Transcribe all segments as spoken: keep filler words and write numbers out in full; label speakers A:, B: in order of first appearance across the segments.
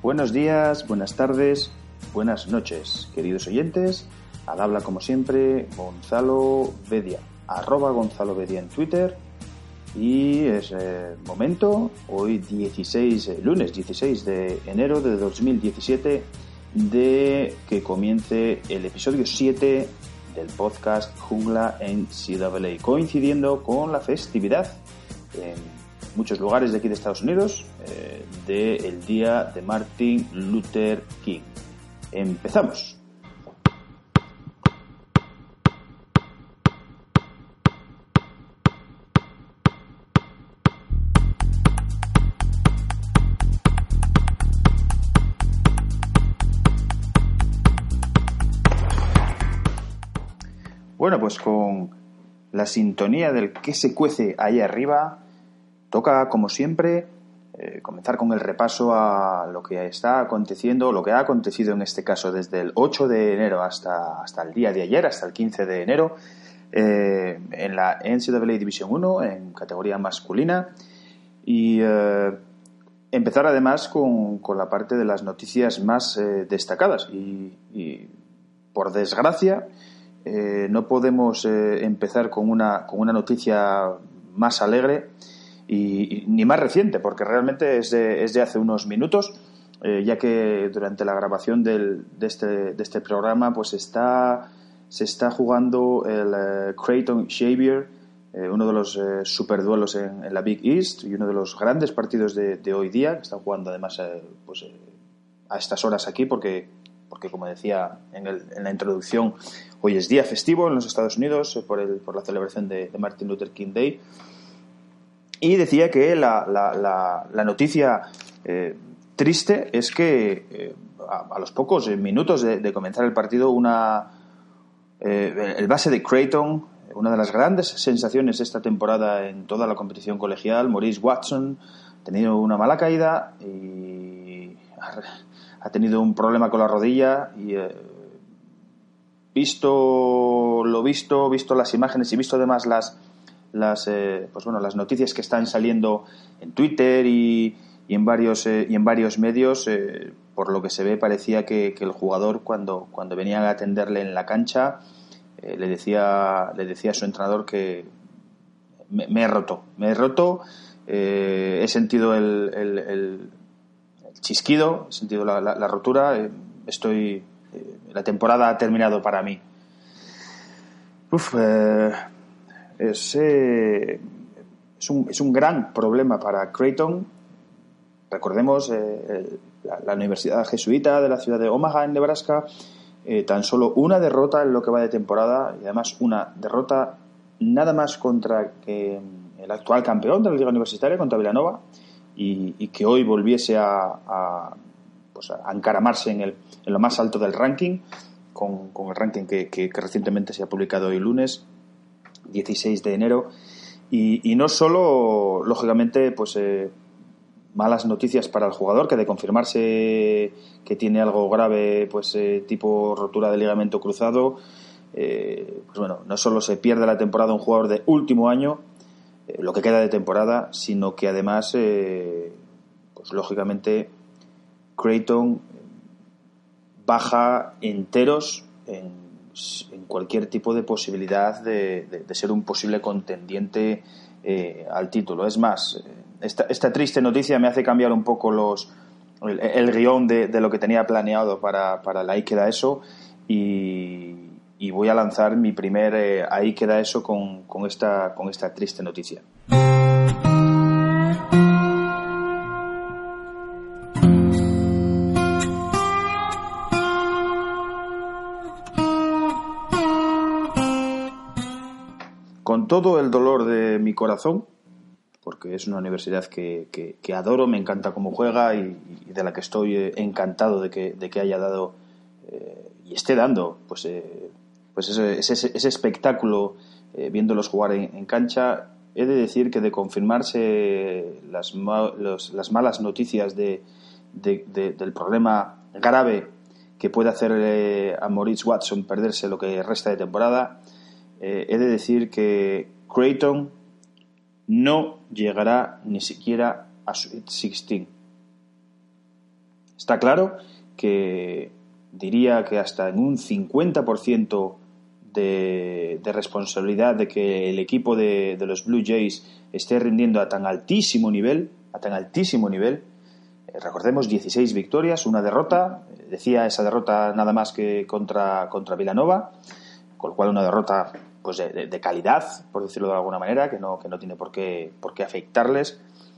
A: Buenos días, buenas tardes, buenas noches, queridos oyentes. Al habla, como siempre, Gonzalo Bedia, arroba Gonzalo Bedia en Twitter. Y es eh, momento, hoy dieciséis, eh, lunes dieciséis de enero de dos mil diecisiete, de que comience el episodio siete del podcast Jungla N C A A, coincidiendo con la festividad en muchos lugares de aquí de Estados Unidos eh, del día de Martin Luther King. Empezamos. Bueno, pues con la sintonía del que se cuece ahí arriba, toca, como siempre, eh, comenzar con el repaso a lo que está aconteciendo, lo que ha acontecido en este caso desde el ocho de enero hasta, hasta el día de ayer, hasta el quince de enero, eh, en la N C A A División uno, en categoría masculina, y eh, empezar además con, con la parte de las noticias más eh, destacadas. Y, y, por desgracia, eh, no podemos eh, empezar con una, con una noticia más alegre y, y ni más reciente, porque realmente es de, es de hace unos minutos, eh, ya que durante la grabación del, de, este, de este programa pues está, se está jugando el eh, Creighton Xavier, eh, uno de los eh, superduelos en, en la Big East y uno de los grandes partidos de, de hoy día, que están jugando además eh, pues, eh, a estas horas aquí, porque, porque como decía en, el, en la introducción, hoy es día festivo en los Estados Unidos eh, por, el, por la celebración de, de Martin Luther King Day. Y decía que la, la, la, la noticia eh, triste es que eh, a, a los pocos minutos de, de comenzar el partido, una eh, el base de Creighton, una de las grandes sensaciones de esta temporada en toda la competición colegial, Maurice Watson, ha tenido una mala caída y ha, ha tenido un problema con la rodilla y eh, visto lo visto, visto las imágenes y visto además las las eh, pues bueno las noticias que están saliendo en Twitter y, y en varios eh, y en varios medios, eh, por lo que se ve parecía que, que el jugador cuando cuando venían a atenderle en la cancha eh, le decía le decía a su entrenador que me, me he roto me he roto eh, he sentido el, el, el, el chisquido, he sentido la, la, la rotura, eh, estoy eh, la temporada ha terminado para mí. Uf, eh, Es, eh, es, un, es un gran problema para Creighton. Recordemos eh, el, la, la Universidad Jesuita de la ciudad de Omaha, en Nebraska, eh, tan solo una derrota en lo que va de temporada, y además una derrota nada más contra que el actual campeón de la Liga Universitaria, contra Villanova, y, y que hoy volviese a, a, pues a encaramarse en, el, en lo más alto del ranking, con, con el ranking que, que, que recientemente se ha publicado hoy lunes dieciséis de enero, y, y no solo, lógicamente, pues eh, malas noticias para el jugador, que de confirmarse que tiene algo grave, pues eh, tipo rotura de ligamento cruzado, eh, pues bueno, no solo se pierde la temporada un jugador de último año, eh, lo que queda de temporada, sino que además, eh, pues lógicamente, Creighton baja enteros en en cualquier tipo de posibilidad de, de, de ser un posible contendiente eh, al título. Es más, esta, esta triste noticia me hace cambiar un poco los el, el guión de, de lo que tenía planeado para, para la Ahí queda eso, y, y voy a lanzar mi primer eh, Ahí queda eso con, con, esta, con esta triste noticia. Con todo el dolor de mi corazón, porque es una universidad que, que, que adoro, me encanta cómo juega y, y de la que estoy encantado de que, de que haya dado eh, y esté dando pues, eh, pues ese, ese, ese espectáculo eh, viéndolos jugar en, en cancha. He de decir que de confirmarse las, los, las malas noticias de, de, de, del problema grave que puede hacer eh, a Maurice Watson perderse lo que resta de temporada, eh, he de decir que Creighton no llegará ni siquiera a Sweet dieciséis. Está claro que diría que hasta en un cincuenta por ciento de, de responsabilidad de que el equipo de, de los Blue Jays esté rindiendo a tan altísimo nivel, a tan altísimo nivel. Eh, recordemos dieciséis victorias, una derrota. Eh, decía esa derrota nada más que contra, contra Villanova, con lo cual una derrota pues de, de, de calidad, por decirlo de alguna manera, que no, que no tiene por qué, por qué afectarles.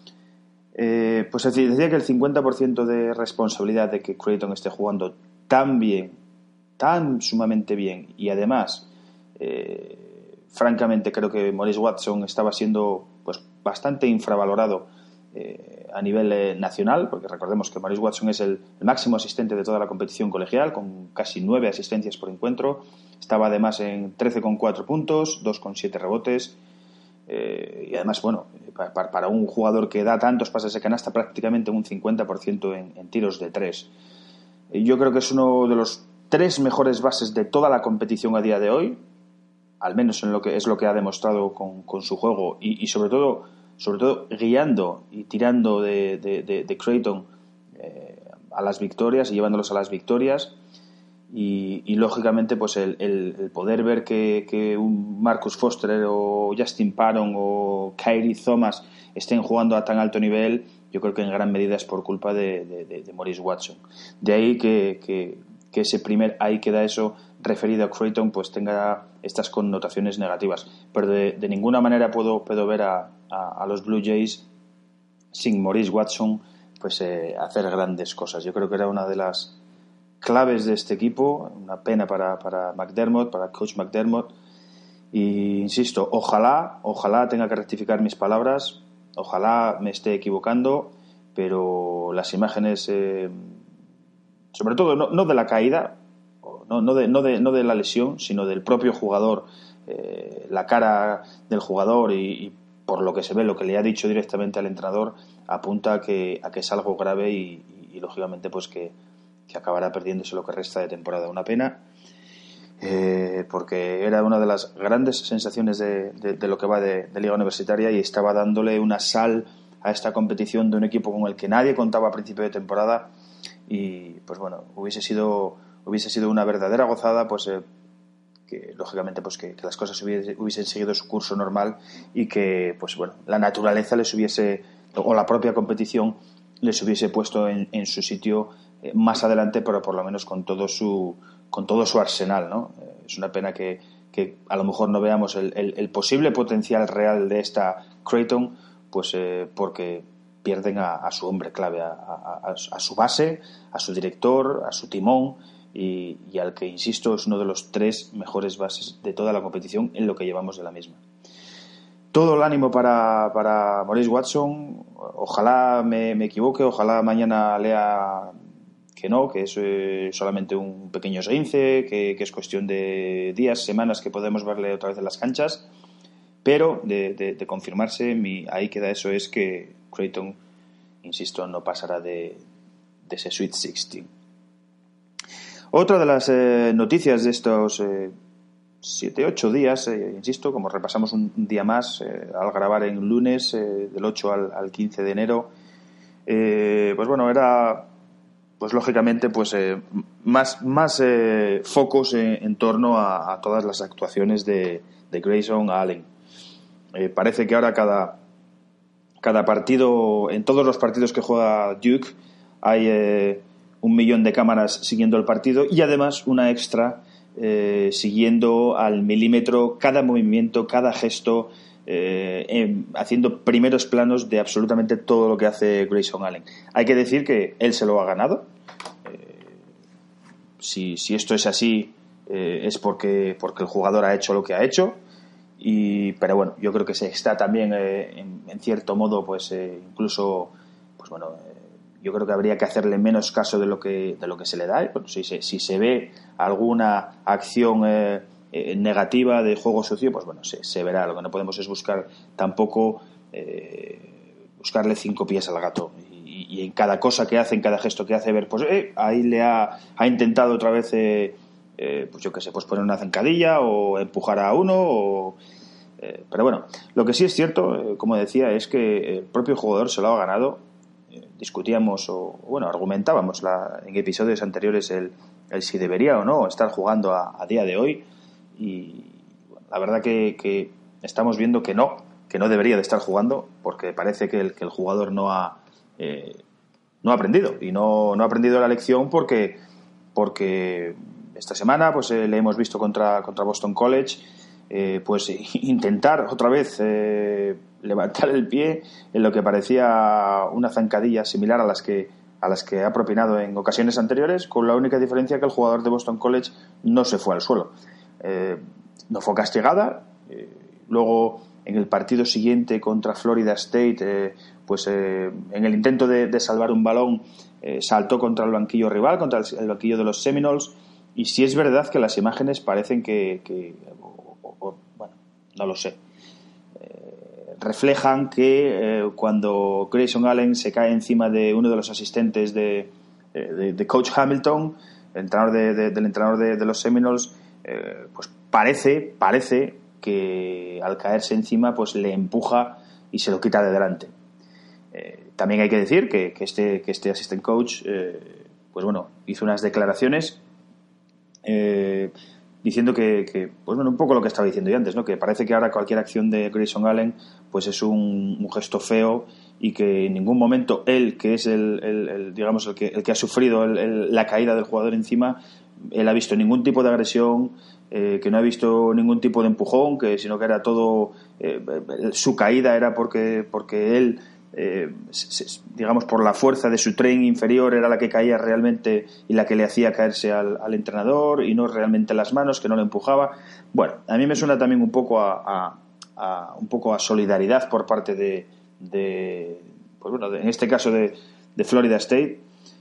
A: Eh, pues decía que el cincuenta por ciento de responsabilidad de que Creighton esté jugando tan bien, tan sumamente bien, y además, eh, francamente, creo que Maurice Watson estaba siendo pues bastante infravalorado eh, a nivel eh, nacional, porque recordemos que Maurice Watson es el, el máximo asistente de toda la competición colegial, con casi nueve asistencias por encuentro. Estaba además en trece coma cuatro puntos, dos coma siete rebotes. Eh, y además, bueno, para, para un jugador que da tantos pases de canasta, prácticamente un cincuenta por ciento en, en tiros de tres. Eh, yo creo que es uno de los tres mejores bases de toda la competición a día de hoy, al menos en lo que es lo que ha demostrado con, con su juego y, y sobre todo, sobre todo guiando y tirando de, de, de, de Creighton eh, a las victorias y llevándolos a las victorias. Y, y lógicamente pues el, el, el poder ver que, que un Marcus Foster o Justin Parham o Kyrie Thomas estén jugando a tan alto nivel, yo creo que en gran medida es por culpa de, de, de Maurice Watson. De ahí que, que, que ese primer ahí queda eso referido a Creighton pues tenga estas connotaciones negativas, pero de, de ninguna manera puedo, puedo ver a, a, a los Blue Jays sin Maurice Watson pues eh, hacer grandes cosas. Yo creo que era una de las claves de este equipo, una pena para, para McDermott, para Coach McDermott, y insisto, ojalá, ojalá tenga que rectificar mis palabras, ojalá me esté equivocando, pero las imágenes, eh, sobre todo no, no de la caída, no, no, de, no, de, no de la lesión, sino del propio jugador, eh, la cara del jugador y, y por lo que se ve, lo que le ha dicho directamente al entrenador, apunta a que, a que es algo grave y, y, y lógicamente pues que que acabará perdiéndose lo que resta de temporada. Una pena, eh, porque era una de las grandes sensaciones de, de, de lo que va de, de Liga Universitaria y estaba dándole una sal a esta competición de un equipo con el que nadie contaba a principio de temporada y pues bueno, hubiese sido hubiese sido una verdadera gozada pues eh, que lógicamente pues que, que las cosas hubiese, hubiesen seguido su curso normal y que pues bueno, la naturaleza les hubiese o la propia competición les hubiese puesto en, en su sitio más adelante, pero por lo menos con todo su con todo su arsenal, ¿no? Es una pena que, que a lo mejor no veamos el, el, el posible potencial real de esta Creighton, pues eh, porque pierden a, a su hombre clave, a, a, a su base, a su director, a su timón y, y al que, insisto, es uno de los tres mejores bases de toda la competición en lo que llevamos de la misma. Todo el ánimo para, para Maurice Watson. Ojalá me, me equivoque, ojalá mañana lea que no, que es eh, solamente un pequeño esguince, que, que es cuestión de días, semanas que podemos verle otra vez en las canchas, pero de, de, de confirmarse, mi, ahí queda eso, es que Creighton, insisto, no pasará de, de ese Sweet sixteen. Otra de las eh, noticias de estos eh, siete, ocho días, eh, insisto, como repasamos un, un día más, eh, al grabar en lunes, eh, del ocho al, al quince de enero, eh, pues bueno, era... pues lógicamente pues eh, más, más eh, focos en, en torno a, a todas las actuaciones de, de Grayson Allen. Eh, parece que ahora cada, cada partido, en todos los partidos que juega Duke, hay eh, un millón de cámaras siguiendo el partido y además una extra eh, siguiendo al milímetro cada movimiento, cada gesto, Eh, eh, haciendo primeros planos de absolutamente todo lo que hace Grayson Allen. Hay que decir que él se lo ha ganado. Eh, si, si esto es así, eh, es porque, porque el jugador ha hecho lo que ha hecho. Y, pero bueno, yo creo que se está también, eh, en, en cierto modo, pues eh, incluso, pues bueno, eh, yo creo que habría que hacerle menos caso de lo que, de lo que se le da. Y, bueno, si, se, si se ve alguna acción eh, negativa de juego sucio, pues bueno, se, se verá. Lo que no podemos es buscar tampoco eh, buscarle cinco pies al gato y, y en cada cosa que hace, en cada gesto que hace, ver, pues eh, ahí le ha, ha intentado otra vez eh, eh, pues yo qué sé, pues poner una zancadilla o empujar a uno o, eh, pero bueno, lo que sí es cierto, eh, como decía, es que el propio jugador se lo ha ganado. discutíamos o, bueno, argumentábamos la, en episodios anteriores el, el si debería o no estar jugando a, a día de hoy, y bueno, la verdad que, que estamos viendo que no, que no debería de estar jugando, porque parece que el, que el jugador no ha eh, no ha aprendido, y no, no ha aprendido la lección porque, porque esta semana pues eh, le hemos visto contra, contra Boston College eh, pues intentar otra vez eh, levantar el pie en lo que parecía una zancadilla similar a las que a las que ha propinado en ocasiones anteriores, con la única diferencia que el jugador de Boston College no se fue al suelo. Eh, no fue castigada. Eh, luego, en el partido siguiente contra Florida State, eh, pues eh, en el intento de, de salvar un balón, eh, saltó contra el banquillo rival, contra el, el banquillo de los Seminoles. Y sí es verdad que las imágenes parecen que, que o, o, bueno, no lo sé, eh, reflejan que eh, cuando Grayson Allen se cae encima de uno de los asistentes de, de, de Coach Hamilton, el entrenador de, de, del entrenador de, de los Seminoles, eh, pues parece, parece que al caerse encima pues le empuja y se lo quita de delante. Eh, también hay que decir que, que este que este assistant coach eh, pues bueno, hizo unas declaraciones Eh, diciendo que, que, pues bueno, un poco lo que estaba diciendo yo antes, ¿no? Que parece que ahora cualquier acción de Grayson Allen pues es un, un gesto feo, y que en ningún momento él, que es el, el, el digamos el que, el que ha sufrido el, el, la caída del jugador encima, él ha visto ningún tipo de agresión, eh, que no ha visto ningún tipo de empujón, que sino que era todo eh, su caída era porque porque él Eh, digamos por la fuerza de su tren inferior era la que caía realmente y la que le hacía caerse al, al entrenador, y no realmente las manos, que no le empujaba. Bueno, a mí me suena también un poco a, a, a un poco a solidaridad por parte de, de pues bueno, de, en este caso de, de Florida State,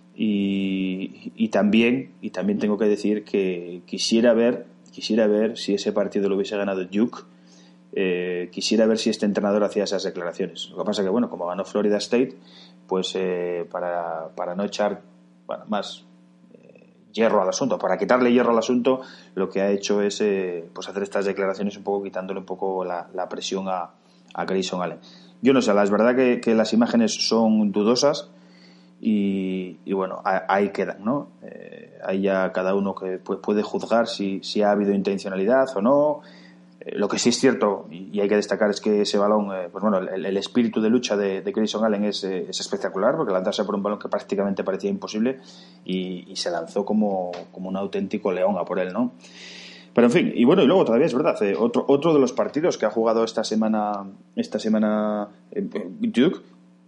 A: y, y también y también tengo que decir que quisiera ver quisiera ver si ese partido lo hubiese ganado Duke. Eh, quisiera ver si este entrenador hacía esas declaraciones. Lo que pasa que, bueno, como ganó Florida State, pues eh, para, para no echar bueno, más eh, hierro al asunto, para quitarle hierro al asunto, lo que ha hecho es eh, pues hacer estas declaraciones un poco, quitándole un poco la, la presión a, a Grayson Allen. Yo no sé, la es verdad que, que las imágenes son dudosas, y, y bueno, ahí quedan, ¿no? Eh, ahí ya cada uno que pues, puede juzgar si, si ha habido intencionalidad o no. Lo que sí es cierto, y hay que destacar, es que ese balón, eh, pues bueno, el, el espíritu de lucha de, de Grayson Allen es, eh, es espectacular, porque lanzarse por un balón que prácticamente parecía imposible, y, y se lanzó como, como un auténtico león a por él, ¿no? Pero en fin, y bueno, y luego todavía es verdad, eh, otro, otro de los partidos que ha jugado esta semana esta semana eh, Duke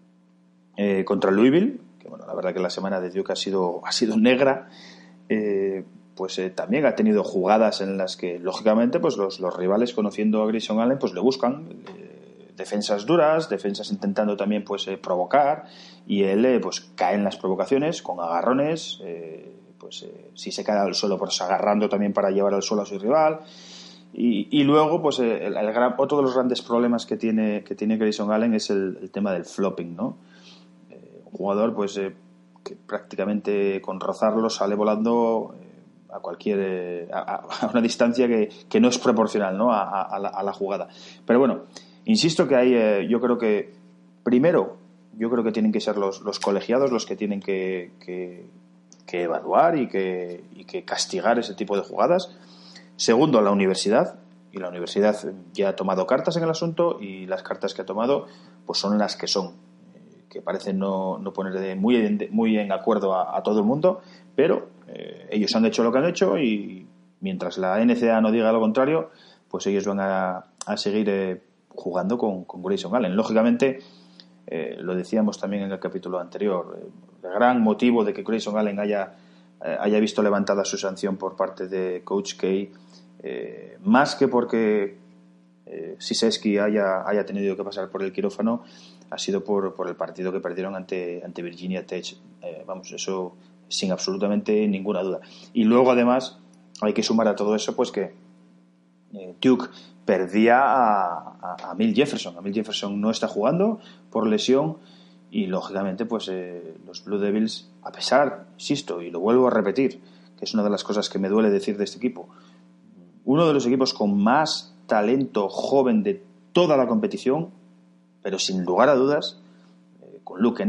A: eh, contra Louisville, que bueno, la verdad que la semana de Duke ha sido, ha sido negra, eh, pues eh, también ha tenido jugadas en las que lógicamente pues los, los rivales, conociendo a Grayson Allen, pues le buscan eh, defensas duras, defensas intentando también pues eh, provocar, y él eh, pues cae en las provocaciones con agarrones, eh, pues eh, si se cae al suelo pues agarrando también para llevar al suelo a su rival, y, y luego pues eh, el, el gran, otro de los grandes problemas que tiene que tiene Grayson Allen es el, el tema del flopping, ¿no? Eh, un jugador pues eh, que prácticamente con rozarlo sale volando eh, a cualquier a, a una distancia que, que no es proporcional, ¿no? a, a, la, a la jugada. Pero bueno, insisto que hay eh, yo creo que primero yo creo que tienen que ser los, los colegiados los que tienen que, que, que evaluar y que, y que castigar ese tipo de jugadas. Segundo, la universidad, y la universidad ya ha tomado cartas en el asunto, y las cartas que ha tomado pues son las que son, que parecen no, no poner de muy, en, muy en acuerdo a, a todo el mundo, pero eh, ellos han hecho lo que han hecho, y mientras la N C A A no diga lo contrario, pues ellos van a, a seguir eh, jugando con, con Grayson Allen. Lógicamente, eh, lo decíamos también en el capítulo anterior, eh, el gran motivo de que Grayson Allen haya, eh, haya visto levantada su sanción por parte de Coach K, eh, más que porque eh, Krzyzewski haya, haya tenido que pasar por el quirófano, ha sido por, por el partido que perdieron ante, ante Virginia Tech. Eh, vamos, eso sin absolutamente ninguna duda. Y luego, además, hay que sumar a todo eso pues que eh, Duke perdía a, a, a Mil Jefferson. A Mil Jefferson no está jugando por lesión, y lógicamente pues eh, los Blue Devils, a pesar, insisto, y lo vuelvo a repetir, que es una de las cosas que me duele decir de este equipo, uno de los equipos con más talento joven de toda la competición, pero sin lugar a dudas, eh, con Luke Kennard,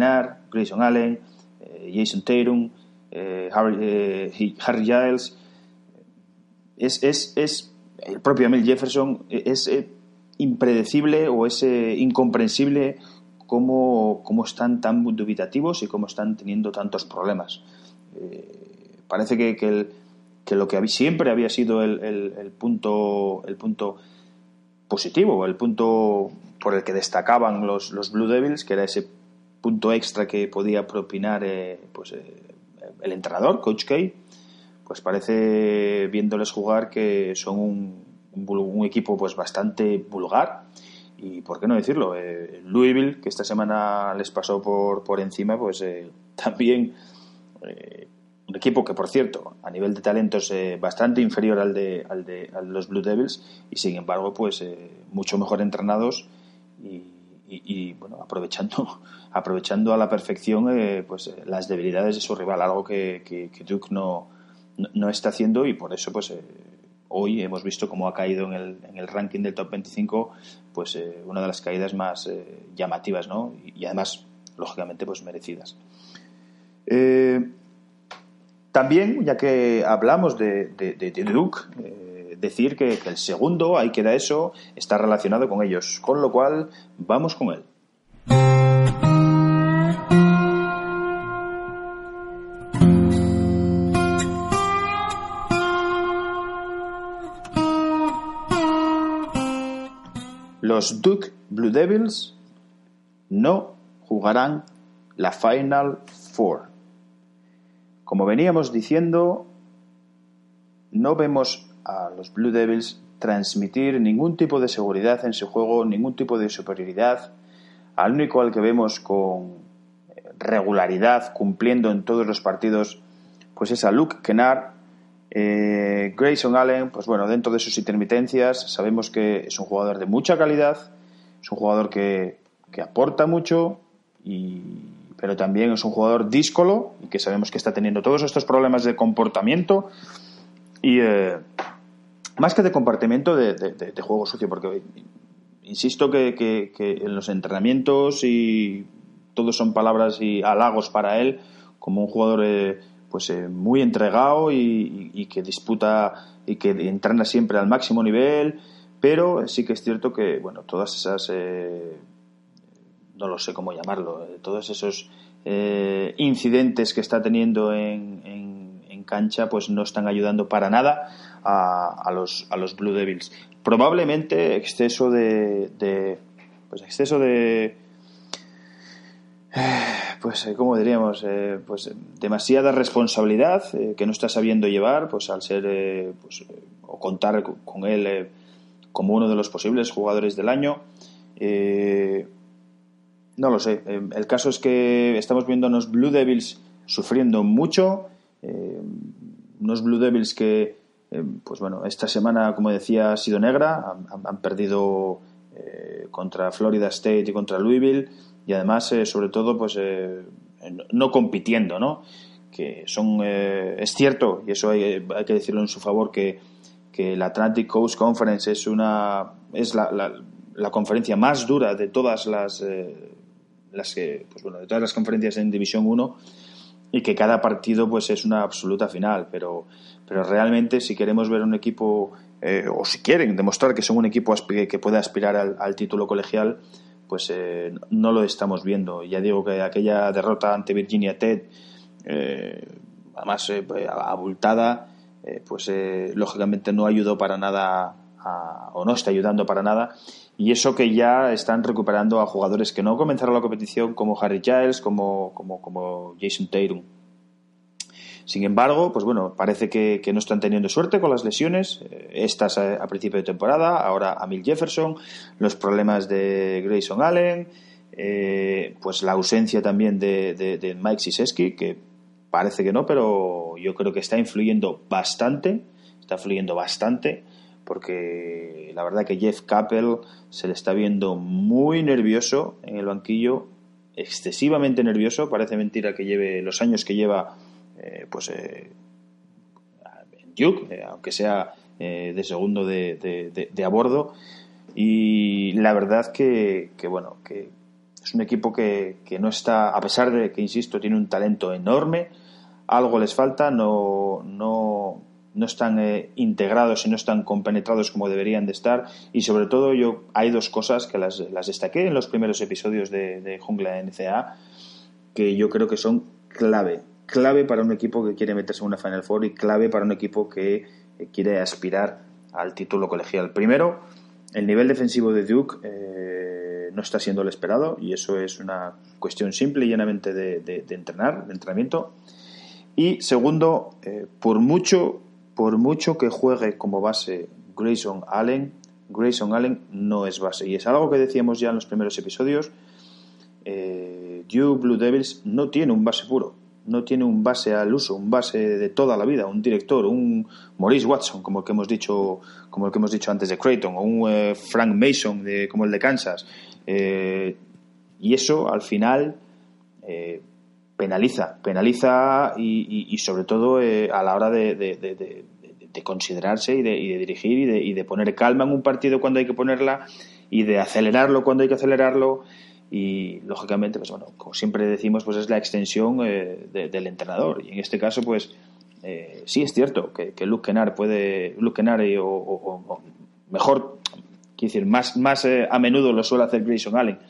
A: Grayson Allen, eh, Jason Tatum, eh, Harry, eh, Harry Giles, es, es, es el propio Amil Jefferson, es eh, impredecible o es eh, incomprensible cómo, cómo están tan dubitativos y cómo están teniendo tantos problemas. Eh, parece que, que, el, que lo que había, siempre había sido el, el, el punto el punto positivo, el punto por el que destacaban los, los Blue Devils, que era ese punto extra que podía propinar eh, pues eh, el entrenador, Coach K, pues parece, viéndoles jugar, que son un, un, un equipo pues bastante vulgar. Y por qué no decirlo, eh, Louisville, que esta semana les pasó por, por encima, pues eh, también eh, un equipo que, por cierto, a nivel de talento es eh, bastante inferior al de, al de a los Blue Devils, y sin embargo pues eh, mucho mejor entrenados y, y, y bueno, aprovechando aprovechando a la perfección eh, pues eh, las debilidades de su rival, algo que, que, que Duke no, no, no está haciendo, y por eso pues eh, hoy hemos visto cómo ha caído en el, en el ranking del top veinticinco, pues eh, una de las caídas más eh, llamativas, ¿no? Y, y además, lógicamente, pues merecidas. Eh, también, ya que hablamos de, de, de, de Duke, eh, decir que, que el segundo, ahí queda eso, está relacionado con ellos, con lo cual vamos con él. Los Duke Blue Devils no jugarán la Final Four. Como veníamos diciendo, no vemos a los Blue Devils transmitir ningún tipo de seguridad en su juego, ningún tipo de superioridad. Al único al que vemos con regularidad, cumpliendo en todos los partidos, pues es a Luke Kennard. Eh, Grayson Allen, pues bueno, dentro de sus intermitencias, sabemos que es un jugador de mucha calidad, es un jugador que, que aporta mucho, y, pero también es un jugador díscolo, y que sabemos que está teniendo todos estos problemas de comportamiento y eh, más que de comportamiento, de, de, de, de juego sucio, porque insisto que, que, que en los entrenamientos y todos son palabras y halagos para él, como un jugador eh, pues eh, muy entregado y, y, y que disputa y que entrena siempre al máximo nivel, pero sí que es cierto que bueno, todas esas eh, no lo sé cómo llamarlo, eh, todos esos eh, incidentes que está teniendo en, en, en cancha, pues no están ayudando para nada a, a los a los Blue Devils. Probablemente exceso de, de pues exceso de pues cómo diríamos eh, pues demasiada responsabilidad eh, que no está sabiendo llevar, pues al ser eh, pues eh, o contar con él eh, como uno de los posibles jugadores del año. eh, no lo sé, eh, el caso es que estamos viendo unos Blue Devils sufriendo mucho, eh, unos Blue Devils que eh, pues bueno, esta semana, como decía, ha sido negra, han, han perdido eh, contra Florida State y contra Louisville. Y además, eh, sobre todo, pues eh, no compitiendo, ¿no? Que son, eh, es cierto, y eso hay, hay que decirlo en su favor, que, que la Atlantic Coast Conference es una es la, la, la conferencia más dura de todas las eh, las que pues bueno de todas las conferencias en División uno, y que cada partido pues es una absoluta final, pero pero realmente si queremos ver un equipo eh, o si quieren demostrar que son un equipo que puede aspirar al, al título colegial, pues eh, no lo estamos viendo. Ya digo que aquella derrota ante Virginia Tech, eh, además eh, abultada, eh, pues eh, lógicamente no ayudó para nada a, o no está ayudando para nada, y eso que ya están recuperando a jugadores que no comenzaron la competición, como Harry Giles, como, como, como Jason Tatum. Sin embargo, pues bueno, parece que, que no están teniendo suerte con las lesiones, eh, estas a, a principio de temporada, ahora Amil Jefferson, los problemas de Grayson Allen, eh, pues la ausencia también de, de, de Mike Krzyzewski, que parece que no, pero yo creo que está influyendo bastante, está influyendo bastante, porque la verdad que Jeff Capel se le está viendo muy nervioso en el banquillo, excesivamente nervioso, parece mentira que lleve los años que lleva Eh, pues eh, en Duke, eh, aunque sea eh, de segundo de, de, de, de a bordo, y la verdad que, que bueno, que es un equipo que, que no está, a pesar de que, insisto, tiene un talento enorme, algo les falta, no, no, no están eh, integrados y no están compenetrados como deberían de estar, y sobre todo yo hay dos cosas que las, las destaqué en los primeros episodios de, de Jungla N C A A, que yo creo que son clave, clave para un equipo que quiere meterse en una Final Four y clave para un equipo que eh, quiere aspirar al título colegial. Primero, el nivel defensivo de Duke eh, no está siendo el esperado, y eso es una cuestión simple y llanamente de, de, de entrenar, de entrenamiento. Y segundo, eh, por mucho por mucho que juegue como base Grayson Allen, Grayson Allen no es base, y es algo que decíamos ya en los primeros episodios. eh, Duke Blue Devils no tiene un base puro, no tiene un base al uso, un base de toda la vida, un director, un Maurice Watson, como el que hemos dicho, como el que hemos dicho antes de Creighton, o un eh, Frank Mason, de, como el de Kansas. Eh, y eso, al final, eh, penaliza, penaliza y, y, y sobre todo eh, a la hora de, de, de, de, de considerarse y de, y de dirigir y de, y de poner calma en un partido cuando hay que ponerla, y de acelerarlo cuando hay que acelerarlo. Y lógicamente, pues bueno, como siempre decimos, pues es la extensión eh, de, del entrenador, y en este caso pues eh, sí es cierto que, que Luke Kennard puede Luke Kennard o, o, o mejor, quiero decir, más, más eh, a menudo lo suele hacer Grayson Allen,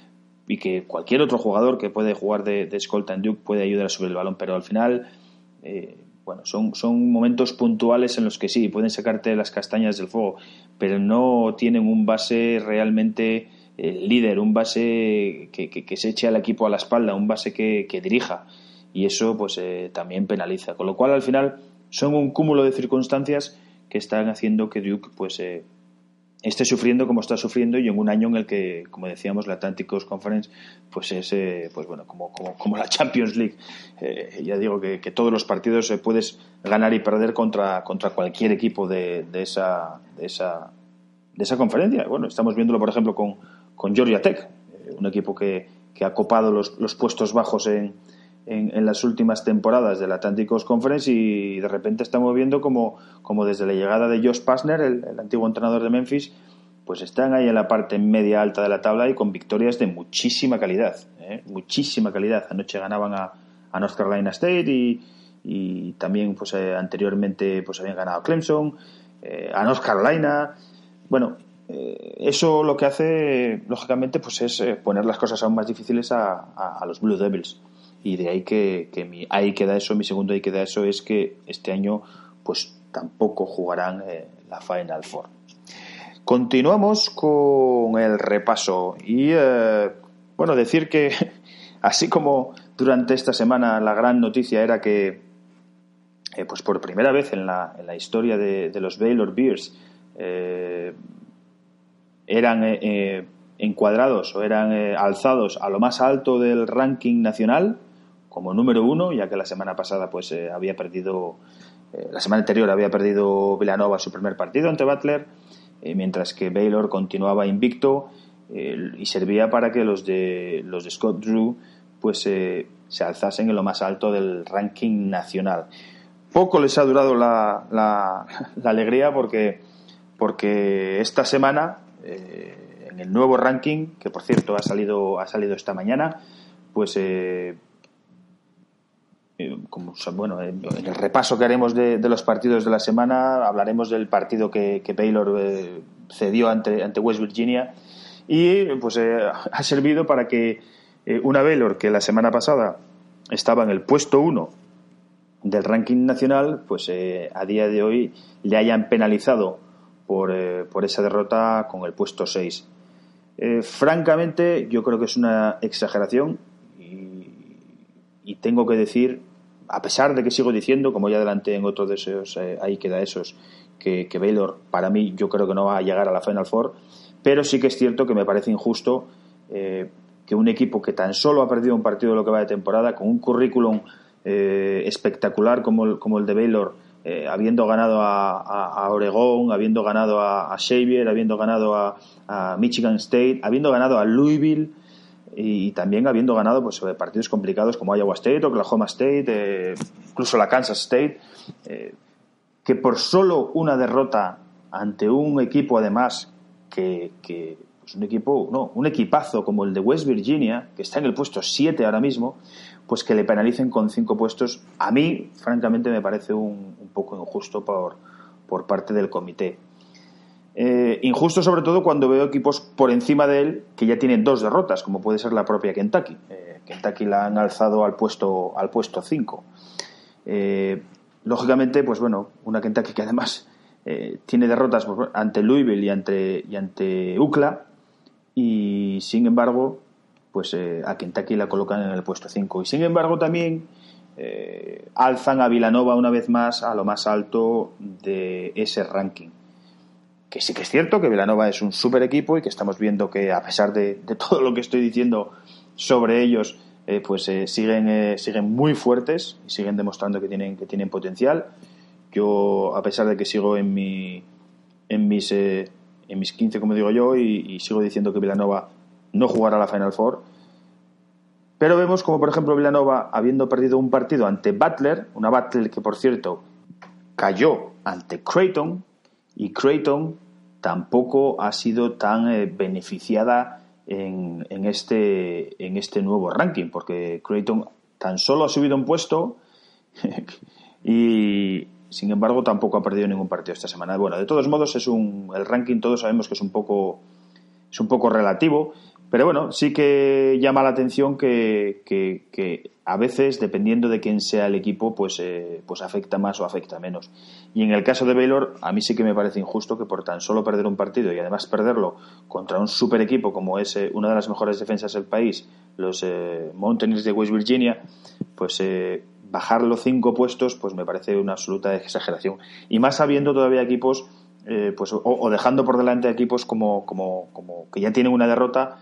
A: y que cualquier otro jugador que puede jugar de, de escolta en Duke puede ayudar a subir el balón, pero al final eh, bueno, son, son momentos puntuales en los que sí, pueden sacarte las castañas del fuego, pero no tienen un base realmente eh, líder, un base que, que, que se eche al equipo a la espalda, un base que, que dirija, y eso pues eh, también penaliza, con lo cual al final son un cúmulo de circunstancias que están haciendo que Duke pues eh, esté sufriendo como está sufriendo, y en un año en el que, como decíamos, la Atlantic Coast Conference pues es eh, pues bueno, como, como, como la Champions League. Eh, ya digo que, que todos los partidos eh, puedes ganar y perder contra, contra cualquier equipo de, de esa de esa de esa conferencia. Bueno, estamos viéndolo por ejemplo con, con Georgia Tech, eh, un equipo que, que ha copado los, los puestos bajos en En, en las últimas temporadas de la Atlantic Coast Conference, y de repente estamos viendo como, como desde la llegada de Josh Pastner, el, el antiguo entrenador de Memphis, pues están ahí en la parte media alta de la tabla y con victorias de muchísima calidad, ¿eh? muchísima calidad. Anoche ganaban a, a North Carolina State, y, y también pues eh, anteriormente pues habían ganado a Clemson, eh, a North Carolina. Bueno, eh, eso lo que hace lógicamente pues es eh, poner las cosas aún más difíciles a, a, a los Blue Devils. Y de ahí que, que mi ahí queda eso, mi segundo ahí queda eso es que este año pues tampoco jugarán eh, la Final Four. Continuamos con el repaso y eh, bueno, decir que así como durante esta semana la gran noticia era que eh, pues por primera vez en la, en la historia de, de los Baylor Bears eh, eran eh, eh, encuadrados o eran eh, alzados a lo más alto del ranking nacional como número uno, ya que la semana pasada pues eh, había perdido eh, la semana anterior había perdido Villanova su primer partido ante Butler, eh, mientras que Baylor continuaba invicto eh, y servía para que los de los de Scott Drew pues eh, se alzasen en lo más alto del ranking nacional. Poco les ha durado la, la, la alegría porque porque esta semana eh, en el nuevo ranking, que por cierto ha salido ha salido esta mañana, pues eh, como bueno, en el repaso que haremos de, de los partidos de la semana hablaremos del partido que, que Baylor eh, cedió ante, ante West Virginia, y pues eh, ha servido para que eh, una Baylor que la semana pasada estaba en el puesto uno del ranking nacional, pues eh, a día de hoy le hayan penalizado por, eh, por esa derrota con el puesto seis. Eh, francamente yo creo que es una exageración, y, y tengo que decir, a pesar de que sigo diciendo, como ya adelanté en otro de esos, eh, ahí queda esos, que, que Baylor, para mí, yo creo que no va a llegar a la Final Four, pero sí que es cierto que me parece injusto eh, que un equipo que tan solo ha perdido un partido de lo que va de temporada, con un currículum eh, espectacular como el, como el de Baylor, eh, habiendo ganado a, a, a Oregón, habiendo ganado a, a Xavier, habiendo ganado a, a Michigan State, habiendo ganado a Louisville, y también habiendo ganado pues partidos complicados como Iowa State, Oklahoma State, eh, incluso la Kansas State, eh, que por solo una derrota ante un equipo además que, que pues un equipo, no, un equipazo como el de West Virginia, que está en el puesto siete ahora mismo, pues que le penalicen con cinco puestos, a mí, francamente, me parece un, un poco injusto por, por parte del comité. Eh, injusto sobre todo cuando veo equipos por encima de él que ya tienen dos derrotas, como puede ser la propia Kentucky. Eh, Kentucky la han alzado al puesto al puesto cinco. Eh, lógicamente, pues bueno, una Kentucky que además eh, tiene derrotas ante Louisville y ante, y ante U C L A, y sin embargo, pues eh, a Kentucky la colocan en el puesto cinco. Y sin embargo también eh, alzan a Villanova una vez más a lo más alto de ese ranking. Que sí que es cierto que Villanova es un súper equipo y que estamos viendo que, a pesar de, de todo lo que estoy diciendo sobre ellos, eh, pues eh, siguen eh, siguen muy fuertes y siguen demostrando que tienen que tienen potencial. Yo, a pesar de que sigo en mi en mis eh, en mis quince, como digo yo, y, y sigo diciendo que Villanova no jugará la Final Four, pero vemos como, por ejemplo, Villanova, habiendo perdido un partido ante Butler, una Butler que, por cierto, cayó ante Creighton, y Creighton tampoco ha sido tan eh, beneficiada en, en, este, en este nuevo ranking, porque Creighton tan solo ha subido un puesto y, sin embargo, tampoco ha perdido ningún partido esta semana. Bueno, de todos modos, es un, el ranking todos sabemos que es un poco, es un poco relativo, pero bueno, sí que llama la atención que, que, que a veces, dependiendo de quién sea el equipo, pues, eh, pues afecta más o afecta menos. Y en el caso de Baylor, a mí sí que me parece injusto que por tan solo perder un partido y además perderlo contra un super equipo como es eh, una de las mejores defensas del país, los eh, Mountaineers de West Virginia, pues eh, bajarlo cinco puestos, pues me parece una absoluta exageración. Y más sabiendo todavía equipos, eh, pues o, o dejando por delante a equipos como, como, como que ya tienen una derrota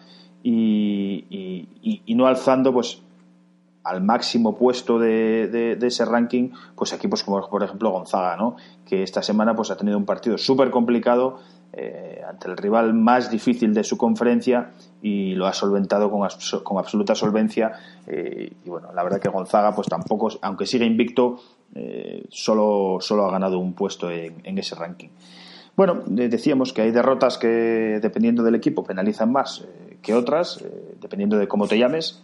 A: y, y, y, y no alzando, pues, al máximo puesto de, de, de ese ranking, pues equipos como por ejemplo Gonzaga, ¿no? Que esta semana pues ha tenido un partido súper complicado eh, ante el rival más difícil de su conferencia y lo ha solventado con, con absoluta solvencia, eh, y bueno, la verdad que Gonzaga pues tampoco, aunque sigue invicto, eh, solo, solo ha ganado un puesto en, en ese ranking. Bueno, decíamos que hay derrotas que, dependiendo del equipo, penalizan más eh, que otras, eh, dependiendo de cómo te llames.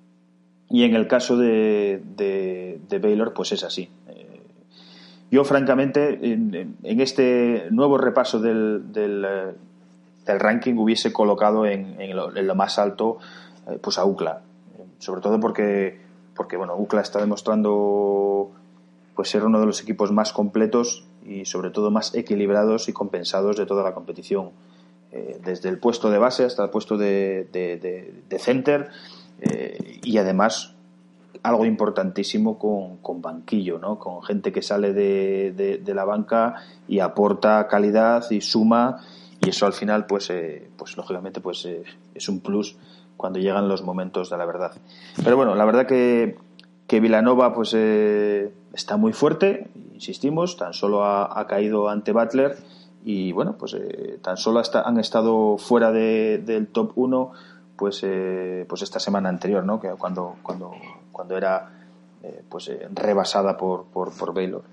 A: Y en el caso de, de, de Baylor, pues es así. Eh, yo, francamente, en, en este nuevo repaso del, del, del ranking hubiese colocado en, en, lo, en lo más alto eh, pues a U C L A. Eh, sobre todo porque, porque bueno, U C L A está demostrando pues ser uno de los equipos más completos y sobre todo más equilibrados y compensados de toda la competición. Eh, desde el puesto de base hasta el puesto de, de, de, de center. Eh, y además algo importantísimo con, con banquillo, ¿no? Con gente que sale de, de, de la banca y aporta calidad y suma, y eso al final pues eh, pues lógicamente pues eh, es un plus cuando llegan los momentos de la verdad. Pero bueno, la verdad que, que Villanova pues eh, está muy fuerte, insistimos, tan solo ha, ha caído ante Butler y bueno, pues eh, tan solo hasta, han estado fuera de, del top uno pues eh, pues esta semana anterior, ¿no? Que cuando cuando cuando era eh, pues eh, rebasada por, por por Baylor.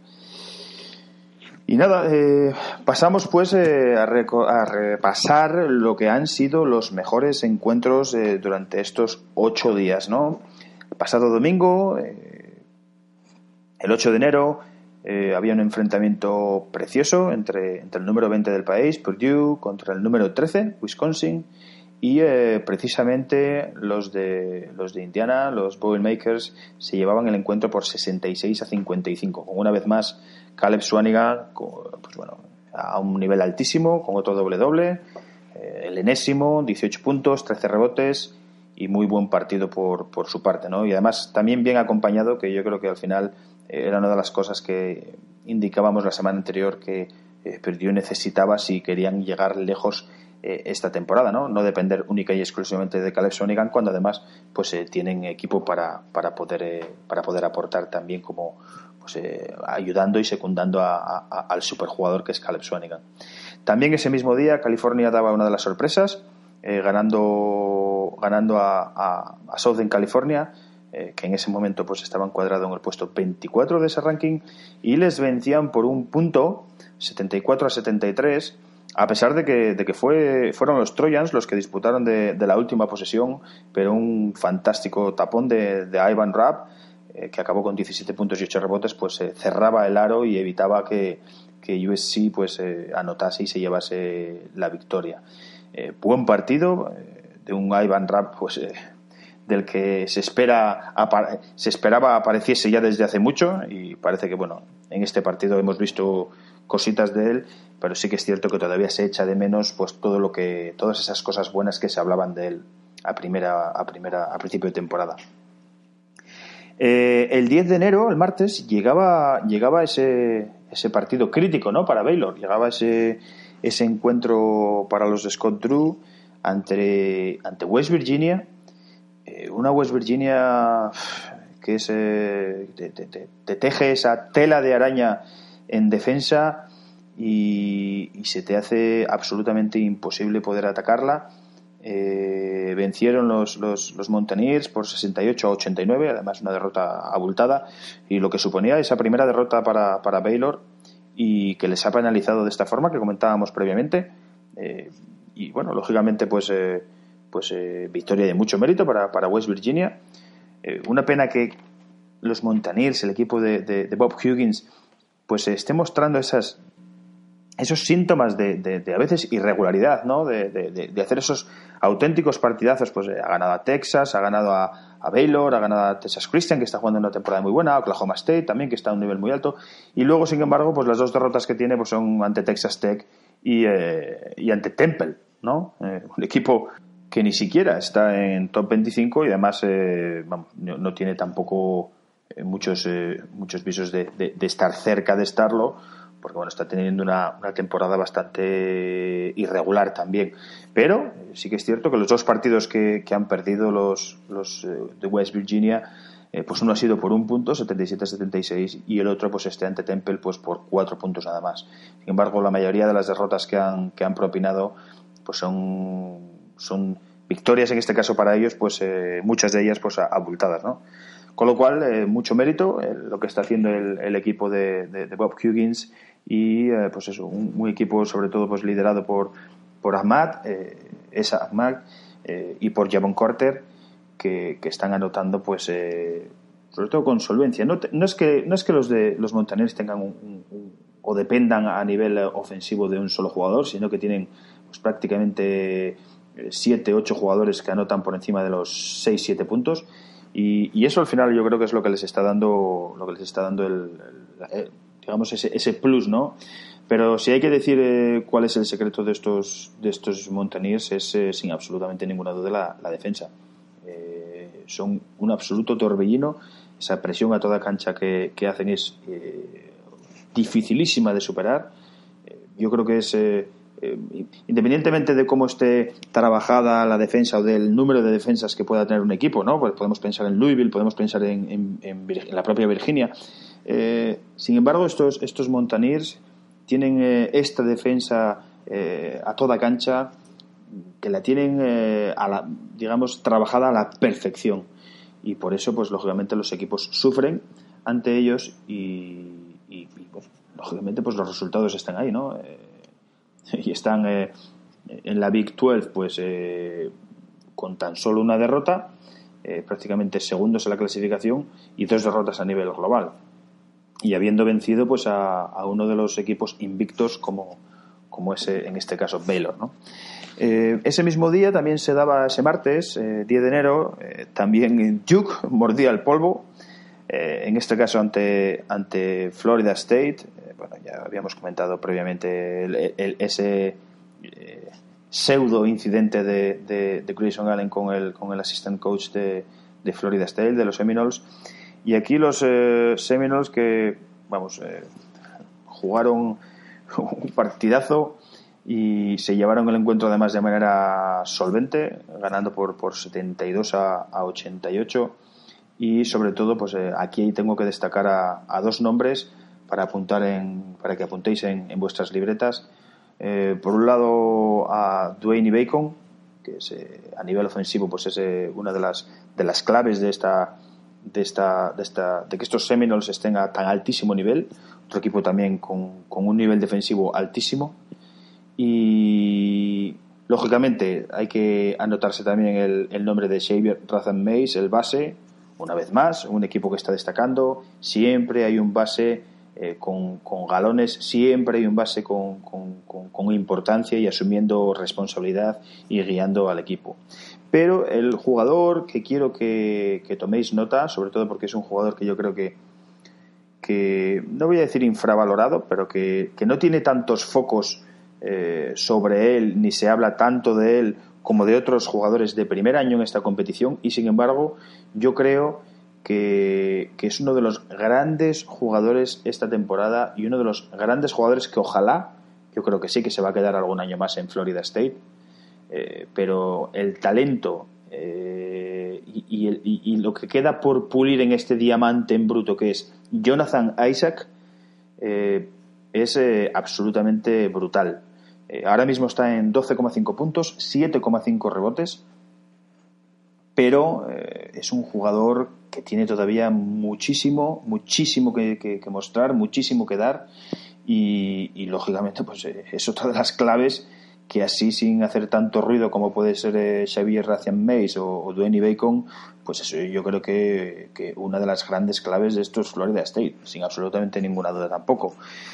A: Y nada, eh, pasamos pues eh, a, reco- a repasar lo que han sido los mejores encuentros eh, durante estos ocho días, ¿no? El pasado domingo, eh, el ocho de enero, eh, había un enfrentamiento precioso entre entre el número veinte del país, Purdue, contra el número trece, Wisconsin. Y eh, precisamente los de los de Indiana, los Boilermakers, se llevaban el encuentro por sesenta y seis a cincuenta y cinco, con una vez más Caleb Swanigan, pues bueno, a un nivel altísimo, con otro doble doble, eh, el enésimo, dieciocho puntos, trece rebotes y muy buen partido por, por su parte, ¿no? Y además también bien acompañado, que yo creo que al final eh, era una de las cosas que indicábamos la semana anterior que eh, Purdue necesitaba si querían llegar lejos esta temporada, ¿no? No depender única y exclusivamente de Caleb Swanigan, cuando además pues eh, tienen equipo para, para poder eh, para poder aportar también como pues eh, ayudando y secundando a, a, al superjugador que es Caleb Swanigan. También ese mismo día California daba una de las sorpresas, eh, ganando ganando a, a, a Southern California, eh, que en ese momento pues estaba encuadrado en el puesto veinticuatro de ese ranking, y les vencían por un punto, setenta y cuatro a setenta y tres, a pesar de que, de que fue, fueron los Trojans los que disputaron de, de la última posesión, pero un fantástico tapón de, de Ivan Rapp, eh, que acabó con diecisiete puntos y ocho rebotes, pues eh, cerraba el aro y evitaba que, que U S C pues eh, anotase y se llevase la victoria. Eh, buen partido eh, de un Ivan Rapp pues eh, del que se espera se esperaba apareciese ya desde hace mucho, y parece que bueno, en este partido hemos visto cositas de él, pero sí que es cierto que todavía se echa de menos pues todo lo que todas esas cosas buenas que se hablaban de él a primera a primera a principio de temporada. Eh, el diez de enero, el martes, llegaba llegaba ese ese partido crítico, ¿no?, para Baylor. Llegaba ese ese encuentro para los de Scott Drew ante ante West Virginia. Una West Virginia que es, eh, te, te, te teje esa tela de araña en defensa y, y se te hace absolutamente imposible poder atacarla. Eh, vencieron los, los, los Mountaineers por sesenta y ocho a ochenta y nueve, además una derrota abultada, y lo que suponía esa primera derrota para, para Baylor, y que les ha penalizado de esta forma que comentábamos previamente. Eh, y bueno, lógicamente pues... Eh, pues eh, victoria de mucho mérito para, para West Virginia. Eh, una pena que los Mountaineers, el equipo de, de, de Bob Huggins, pues eh, esté mostrando esas esos síntomas de, de, de a veces irregularidad, ¿no? De, de, de hacer esos auténticos partidazos. Pues eh, ha ganado a Texas, ha ganado a, a Baylor, ha ganado a Texas Christian, que está jugando una temporada muy buena, a Oklahoma State también, que está a un nivel muy alto, y luego, sin embargo, pues las dos derrotas que tiene pues son ante Texas Tech y, eh, y ante Temple, ¿no? Eh, un equipo que ni siquiera está en top veinticinco y además eh, vamos, no, no tiene tampoco eh, muchos eh, muchos visos de, de, de estar cerca de estarlo, porque bueno, está teniendo una, una temporada bastante irregular también. Pero eh, sí que es cierto que los dos partidos que, que han perdido los, los eh, de West Virginia, eh, pues uno ha sido por un punto, setenta y siete a setenta y seis, y el otro pues este ante Temple pues por cuatro puntos nada más. Sin embargo, la mayoría de las derrotas que han, que han propinado pues son son victorias, en este caso para ellos, pues eh, muchas de ellas pues abultadas, ¿no? Con lo cual, eh, mucho mérito eh, lo que está haciendo el, el equipo de, de, de Bob Huggins, y eh, pues eso, un, un equipo sobre todo pues liderado por por Ahmad, eh, esa Ahmad eh, y por Javon Carter, que, que están anotando pues eh, sobre todo con solvencia. No, no es que no es que los de los Mountaineers tengan un, un, un, o dependan a nivel ofensivo de un solo jugador, sino que tienen pues prácticamente siete, ocho jugadores que anotan por encima de los seis, siete puntos, y, y eso al final yo creo que es lo que les está dando lo que les está dando el, el, el digamos ese, ese plus, ¿no? Pero si hay que decir eh, cuál es el secreto de estos de estos Mountaineers, es eh, sin absolutamente ninguna duda la, la defensa. Eh, son un absoluto torbellino. Esa presión a toda cancha que, que hacen es eh, dificilísima de superar. Eh, yo creo que es eh, Eh, independientemente de cómo esté trabajada la defensa o del número de defensas que pueda tener un equipo, ¿no? Pues podemos pensar en Louisville, podemos pensar en, en, en, en la propia Virginia. Eh, sin embargo, estos, estos Mountaineers tienen eh, esta defensa eh, a toda cancha, que la tienen eh, a la, digamos, trabajada a la perfección, y por eso pues lógicamente los equipos sufren ante ellos y, y, y pues, lógicamente pues los resultados están ahí, ¿no? Eh, y están eh, en la Big doce pues eh, con tan solo una derrota, eh, prácticamente segundos en la clasificación, y dos derrotas a nivel global, y habiendo vencido pues a, a uno de los equipos invictos como, como ese, en este caso Baylor, ¿no? Eh, ese mismo día también se daba, ese martes eh, diez de enero, eh, también Duke mordía el polvo, eh, en este caso ante, ante Florida State. Eh, bueno, ya habíamos comentado previamente el, el, ese eh, pseudo incidente de, de, de Grayson Allen con el, con el assistant coach de, de Florida State, de los Seminoles, y aquí los eh, Seminoles que vamos eh, jugaron un partidazo y se llevaron el encuentro además de manera solvente, ganando por, por setenta y dos a ochenta y ocho. Y sobre todo pues eh, aquí tengo que destacar a, a dos nombres para apuntar en, para que apuntéis en, en vuestras libretas. Eh, por un lado a Dwayne Bacon, que es, eh, a nivel ofensivo pues es eh, una de las de las claves de esta de esta de esta de que estos Seminoles estén a tan altísimo nivel. Otro equipo también con, con un nivel defensivo altísimo. Y lógicamente hay que anotarse también el, el nombre de Xavier Razan-Mays, el base, una vez más, un equipo que está destacando. Siempre hay un base eh, con, con galones, siempre hay un base con, con, con, con importancia y asumiendo responsabilidad y guiando al equipo. Pero el jugador que quiero que, que toméis nota, sobre todo porque es un jugador que yo creo que, que no voy a decir infravalorado, pero que, que no tiene tantos focos eh, sobre él, ni se habla tanto de él como de otros jugadores de primer año en esta competición, y sin embargo yo creo que, que es uno de los grandes jugadores esta temporada y uno de los grandes jugadores que ojalá, yo creo que sí que se va a quedar algún año más en Florida State. Eh, pero el talento eh, y, y, el, y, y lo que queda por pulir en este diamante en bruto que es Jonathan Isaac eh, es eh, absolutamente brutal. Eh, ahora mismo está en doce coma cinco puntos, siete coma cinco rebotes, pero eh, es un jugador que tiene todavía muchísimo, muchísimo que, que, que mostrar, muchísimo que dar y, y lógicamente pues eh, es otra de las claves que así sin hacer tanto ruido como puede ser eh, Xavier Razan-Mays o, o Dwayne Bacon, pues eso yo creo que, que una de las grandes claves de esto es Florida State, sin absolutamente ninguna duda tampoco.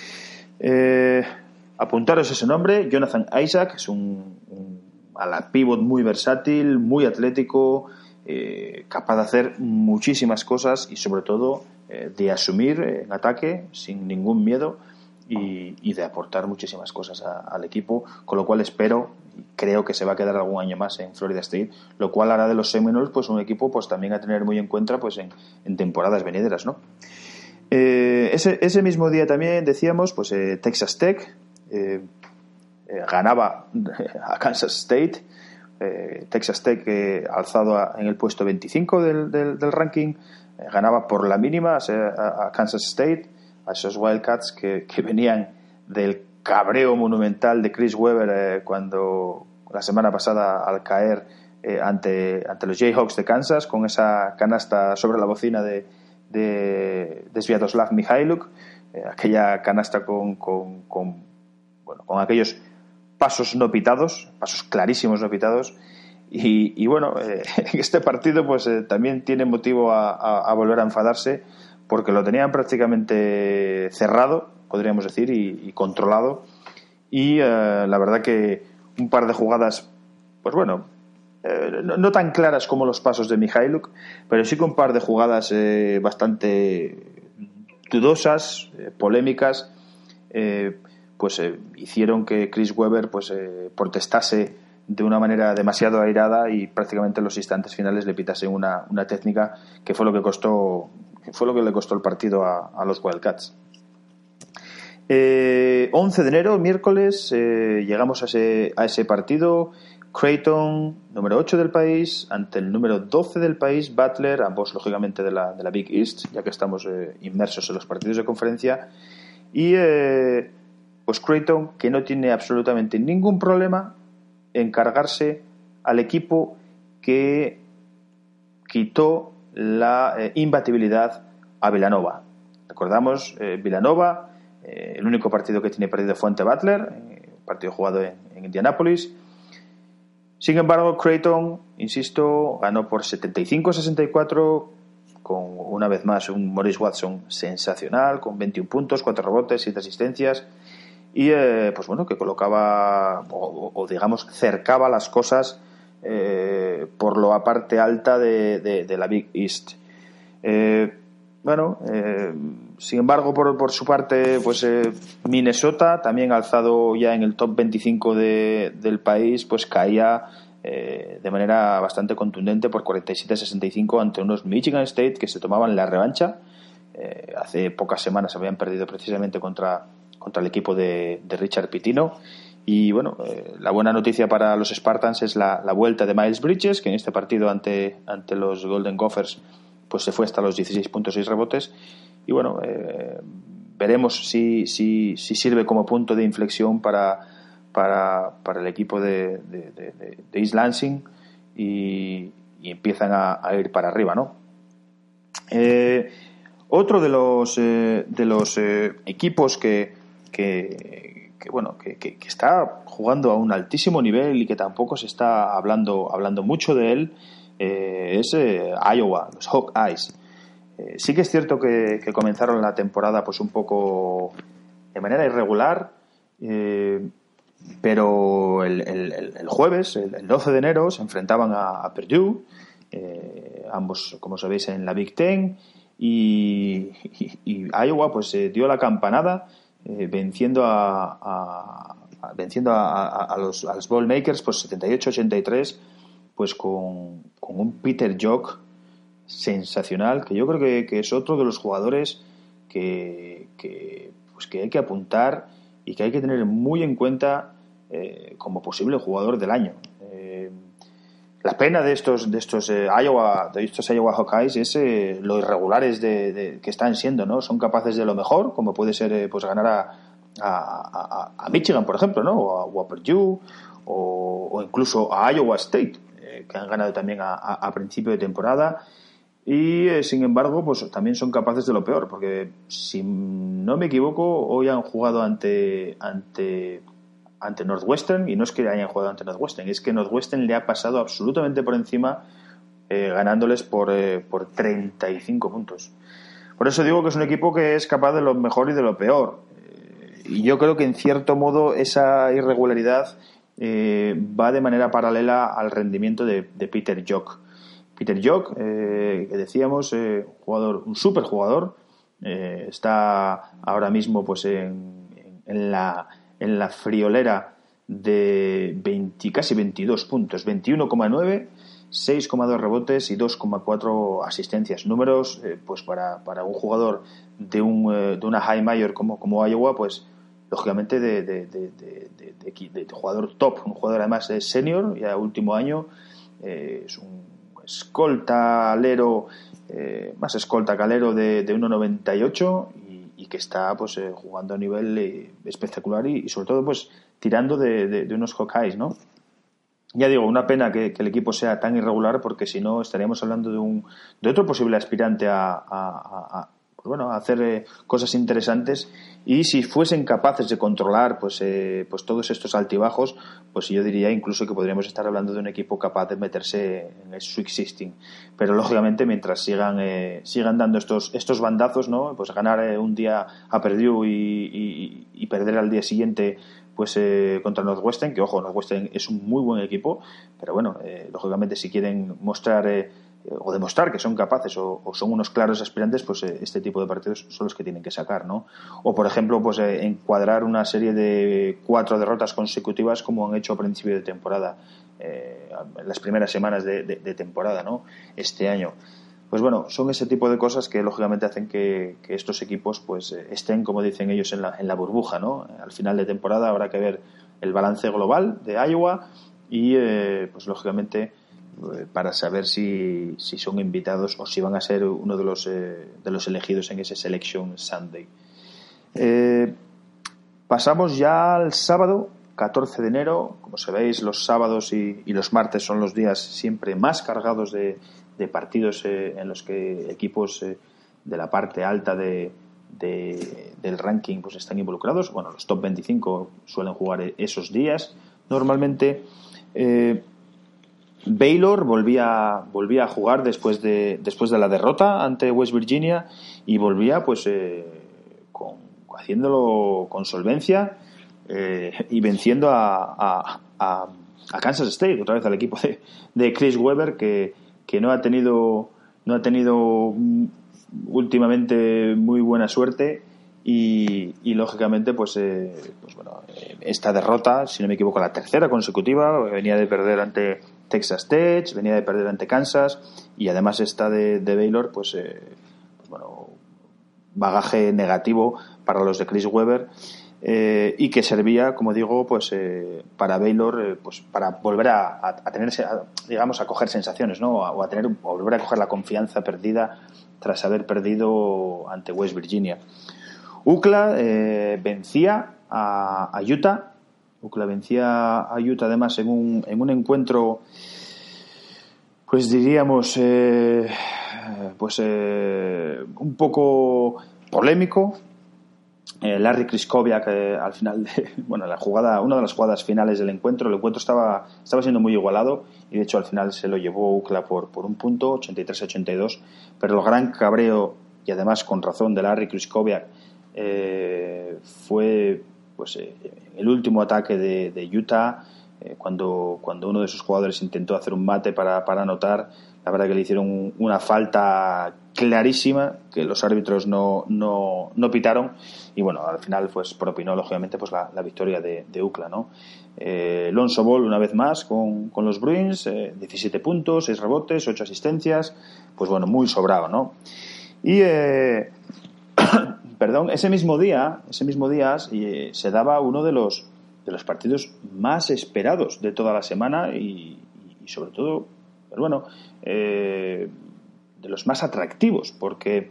A: Eh, apuntaros ese nombre, Jonathan Isaac, es un, un ala pivot muy versátil, muy atlético, eh, capaz de hacer muchísimas cosas y sobre todo eh, de asumir en ataque sin ningún miedo. Y, y de aportar muchísimas cosas a, al equipo, con lo cual espero y creo que se va a quedar algún año más en Florida State, lo cual hará de los Seminoles pues un equipo pues también a tener muy en cuenta pues en, en temporadas venideras, ¿no? Eh, ese, ese mismo día también decíamos pues eh, Texas Tech eh, eh, ganaba a Kansas State. eh, Texas Tech eh, alzado a, en el puesto veinticinco del, del, del ranking, eh, ganaba por la mínima a, a Kansas State, a esos Wildcats que, que venían del cabreo monumental de Chris Webber eh, cuando la semana pasada al caer eh, ante, ante los Jayhawks de Kansas con esa canasta sobre la bocina de, de, de Sviatoslav Mikhailuk, eh, aquella canasta con, con, con, bueno, con aquellos pasos no pitados, pasos clarísimos no pitados. Y, y bueno, eh, en este partido pues eh, también tiene motivo a, a, a volver a enfadarse porque lo tenían prácticamente cerrado, podríamos decir, y, y controlado. Y eh, la verdad que un par de jugadas, pues bueno, eh, no, no tan claras como los pasos de Mikhailuk, pero sí que un par de jugadas eh, bastante dudosas, eh, polémicas, eh, pues eh, hicieron que Chris Webber pues eh, protestase de una manera demasiado airada y prácticamente en los instantes finales le pitase una, una técnica que fue lo que costó fue lo que le costó el partido a, a los Wildcats. Eh, once de enero, miércoles, eh, llegamos a ese, a ese partido. Creighton, número ocho del país, ante el número doce del país, Butler, ambos lógicamente de la, de la Big East, ya que estamos eh, inmersos en los partidos de conferencia. Y eh, pues Creighton, que no tiene absolutamente ningún problema en cargarse al equipo que quitó la eh, imbatibilidad a Villanova. Recordamos, eh, Villanova, eh, el único partido que tiene perdido fue ante Butler, eh, partido jugado en, en Indianápolis. Sin embargo, Creighton, insisto, ganó por setenta y cinco a sesenta y cuatro, con una vez más un Maurice Watson sensacional, con veintiún puntos, cuatro rebotes, siete asistencias, y eh, pues bueno, que colocaba o, o digamos cercaba las cosas eh, por lo aparte alta de, de, de la Big East. Eh, bueno, eh, sin embargo, por, por su parte, pues eh, Minnesota, también alzado ya en el top veinticinco de, del país, pues caía eh, de manera bastante contundente por cuarenta y siete a sesenta y cinco ante unos Michigan State que se tomaban la revancha. Eh, hace pocas semanas habían perdido precisamente contra, contra el equipo de, de Richard Pitino. Y bueno, eh, la buena noticia para los Spartans es la, la vuelta de Miles Bridges, que en este partido ante, ante los Golden Gophers pues se fue hasta los dieciséis punto seis rebotes. Y bueno, eh, veremos si, si, si sirve como punto de inflexión para, para, para el equipo de, de, de, de East Lansing y, y empiezan a, a ir para arriba, ¿no? Eh, otro de los, eh, de los eh, equipos que, que que bueno, que, que, que está jugando a un altísimo nivel y que tampoco se está hablando, hablando mucho de él, eh, es eh, Iowa, los Hawkeyes. Eh, sí que es cierto que, que comenzaron la temporada pues un poco de manera irregular, eh, pero el, el, el jueves, el, el doce de enero, se enfrentaban a, a Purdue, eh, ambos, como sabéis, en la Big Ten, y, y, y Iowa pues eh, dio la campanada, eh, venciendo a, a, a venciendo a, a, a los, a los Boilermakers pues setenta y ocho a ochenta y tres, pues con, con un Peter Jok sensacional, que yo creo que, que es otro de los jugadores que, que, pues que hay que apuntar y que hay que tener muy en cuenta eh, como posible jugador del año. Eh, la pena de estos de estos eh, Iowa de estos Iowa Hawkeyes es eh, lo irregulares de, de, que están siendo, ¿no? Son capaces de lo mejor, como puede ser eh, pues ganar a, a, a, a Michigan, por ejemplo, ¿no? O a, o a Purdue, o, o incluso a Iowa State, eh, que han ganado también a, a, a principio de temporada. Y eh, sin embargo pues también son capaces de lo peor, porque si no me equivoco hoy han jugado ante ante ante Northwestern, y no es que hayan jugado ante Northwestern, es que Northwestern le ha pasado absolutamente por encima, eh, ganándoles por eh, por treinta y cinco puntos. Por eso digo que es un equipo que es capaz de lo mejor y de lo peor, eh, y yo creo que en cierto modo esa irregularidad eh, va de manera paralela al rendimiento de, de Peter Jok. Peter Jok, eh, que decíamos, eh, jugador, un super jugador, eh, está ahora mismo pues en, en la en la friolera de veinte, casi veintidós puntos, veintiuno coma nueve, seis coma dos rebotes y dos coma cuatro asistencias. Números, eh, pues para, para un jugador de un eh, de una high major como, como Iowa, pues lógicamente de, de, de, de, de, de, de jugador top, un jugador además de senior, ya último año, eh, es un escolta alero, eh, más escolta calero de, de uno noventa y ocho, y, y que está pues eh, jugando a nivel eh, espectacular y, y sobre todo pues tirando de, de, de unos Hawkeyes, ¿no? Ya digo, una pena que, que el equipo sea tan irregular, porque si no estaríamos hablando de un de otro posible aspirante a, a, a, a pues bueno, a hacer eh, cosas interesantes, y si fuesen capaces de controlar pues eh, pues todos estos altibajos, pues yo diría incluso que podríamos estar hablando de un equipo capaz de meterse en el Sweet sixteen. Pero lógicamente mientras sigan eh, sigan dando estos estos bandazos, ¿no? Pues ganar eh, un día a Purdue y, y, y perder al día siguiente pues eh, contra Northwestern, que ojo, Northwestern es un muy buen equipo, pero bueno, eh, lógicamente si quieren mostrar eh, o demostrar que son capaces o, o son unos claros aspirantes, pues eh, este tipo de partidos son los que tienen que sacar, ¿no? O por ejemplo, pues eh, encuadrar una serie de cuatro derrotas consecutivas como han hecho a principio de temporada, eh, en las primeras semanas de, de, de temporada, ¿no? Este año. Pues bueno, son ese tipo de cosas que lógicamente hacen que, que estos equipos pues eh, estén, como dicen ellos, en la, en la burbuja, ¿no? Al final de temporada habrá que ver el balance global de Iowa y eh, pues lógicamente para saber si, si son invitados o si van a ser uno de los eh, de los elegidos en ese Selection Sunday. Eh, pasamos ya al sábado, catorce de enero. Como sabéis, los sábados y, y los martes son los días siempre más cargados de, de partidos eh, en los que equipos eh, de la parte alta de, de, del ranking pues están involucrados. Bueno, los top veinticinco suelen jugar esos días normalmente. eh, Baylor volvía volvía a jugar después de después de la derrota ante West Virginia, y volvía pues eh, con, haciéndolo con solvencia eh, y venciendo a, a, a, a Kansas State, otra vez al equipo de, de Chris Webber, que, que no ha tenido no ha tenido últimamente muy buena suerte. Y, y lógicamente pues, eh, pues bueno, esta derrota, si no me equivoco, la tercera consecutiva, venía de perder ante Texas Tech, venía de perder ante Kansas, y además esta de, de Baylor, pues, eh, pues bueno, bagaje negativo para los de Chris Webber, eh, y que servía, como digo, pues eh, para Baylor, eh, pues para volver a, a, a tenerse, a, digamos, a coger sensaciones, ¿no? O a tener, o volver a coger la confianza perdida tras haber perdido ante West Virginia. U C L A eh, vencía a, a Utah. U C L A vencía a Utah además en un, en un encuentro, pues diríamos, eh, pues eh, un poco polémico, eh, Larry Kryskowiak eh, al final de, bueno, la jugada, una de las jugadas finales del encuentro, el encuentro estaba, estaba siendo muy igualado y de hecho al final se lo llevó U C L A por, por un punto, ochenta y tres a ochenta y dos, pero el gran cabreo, y además con razón, de Larry Kryskowiak eh, fue pues eh, el último ataque de, de Utah, eh, cuando, cuando uno de sus jugadores intentó hacer un mate para, para anotar. La verdad que le hicieron una falta clarísima que los árbitros no, no, no pitaron y bueno, al final pues propinó lógicamente pues la, la victoria de, de U C L A, ¿no? Eh, Lonzo Ball una vez más con, con los Bruins, eh, diecisiete puntos, seis rebotes, ocho asistencias, pues bueno, muy sobrado, ¿no? Y eh, perdón, ese mismo día, ese mismo día eh, se daba uno de los de los partidos más esperados de toda la semana y, y sobre todo, pero bueno, eh, de los más atractivos, porque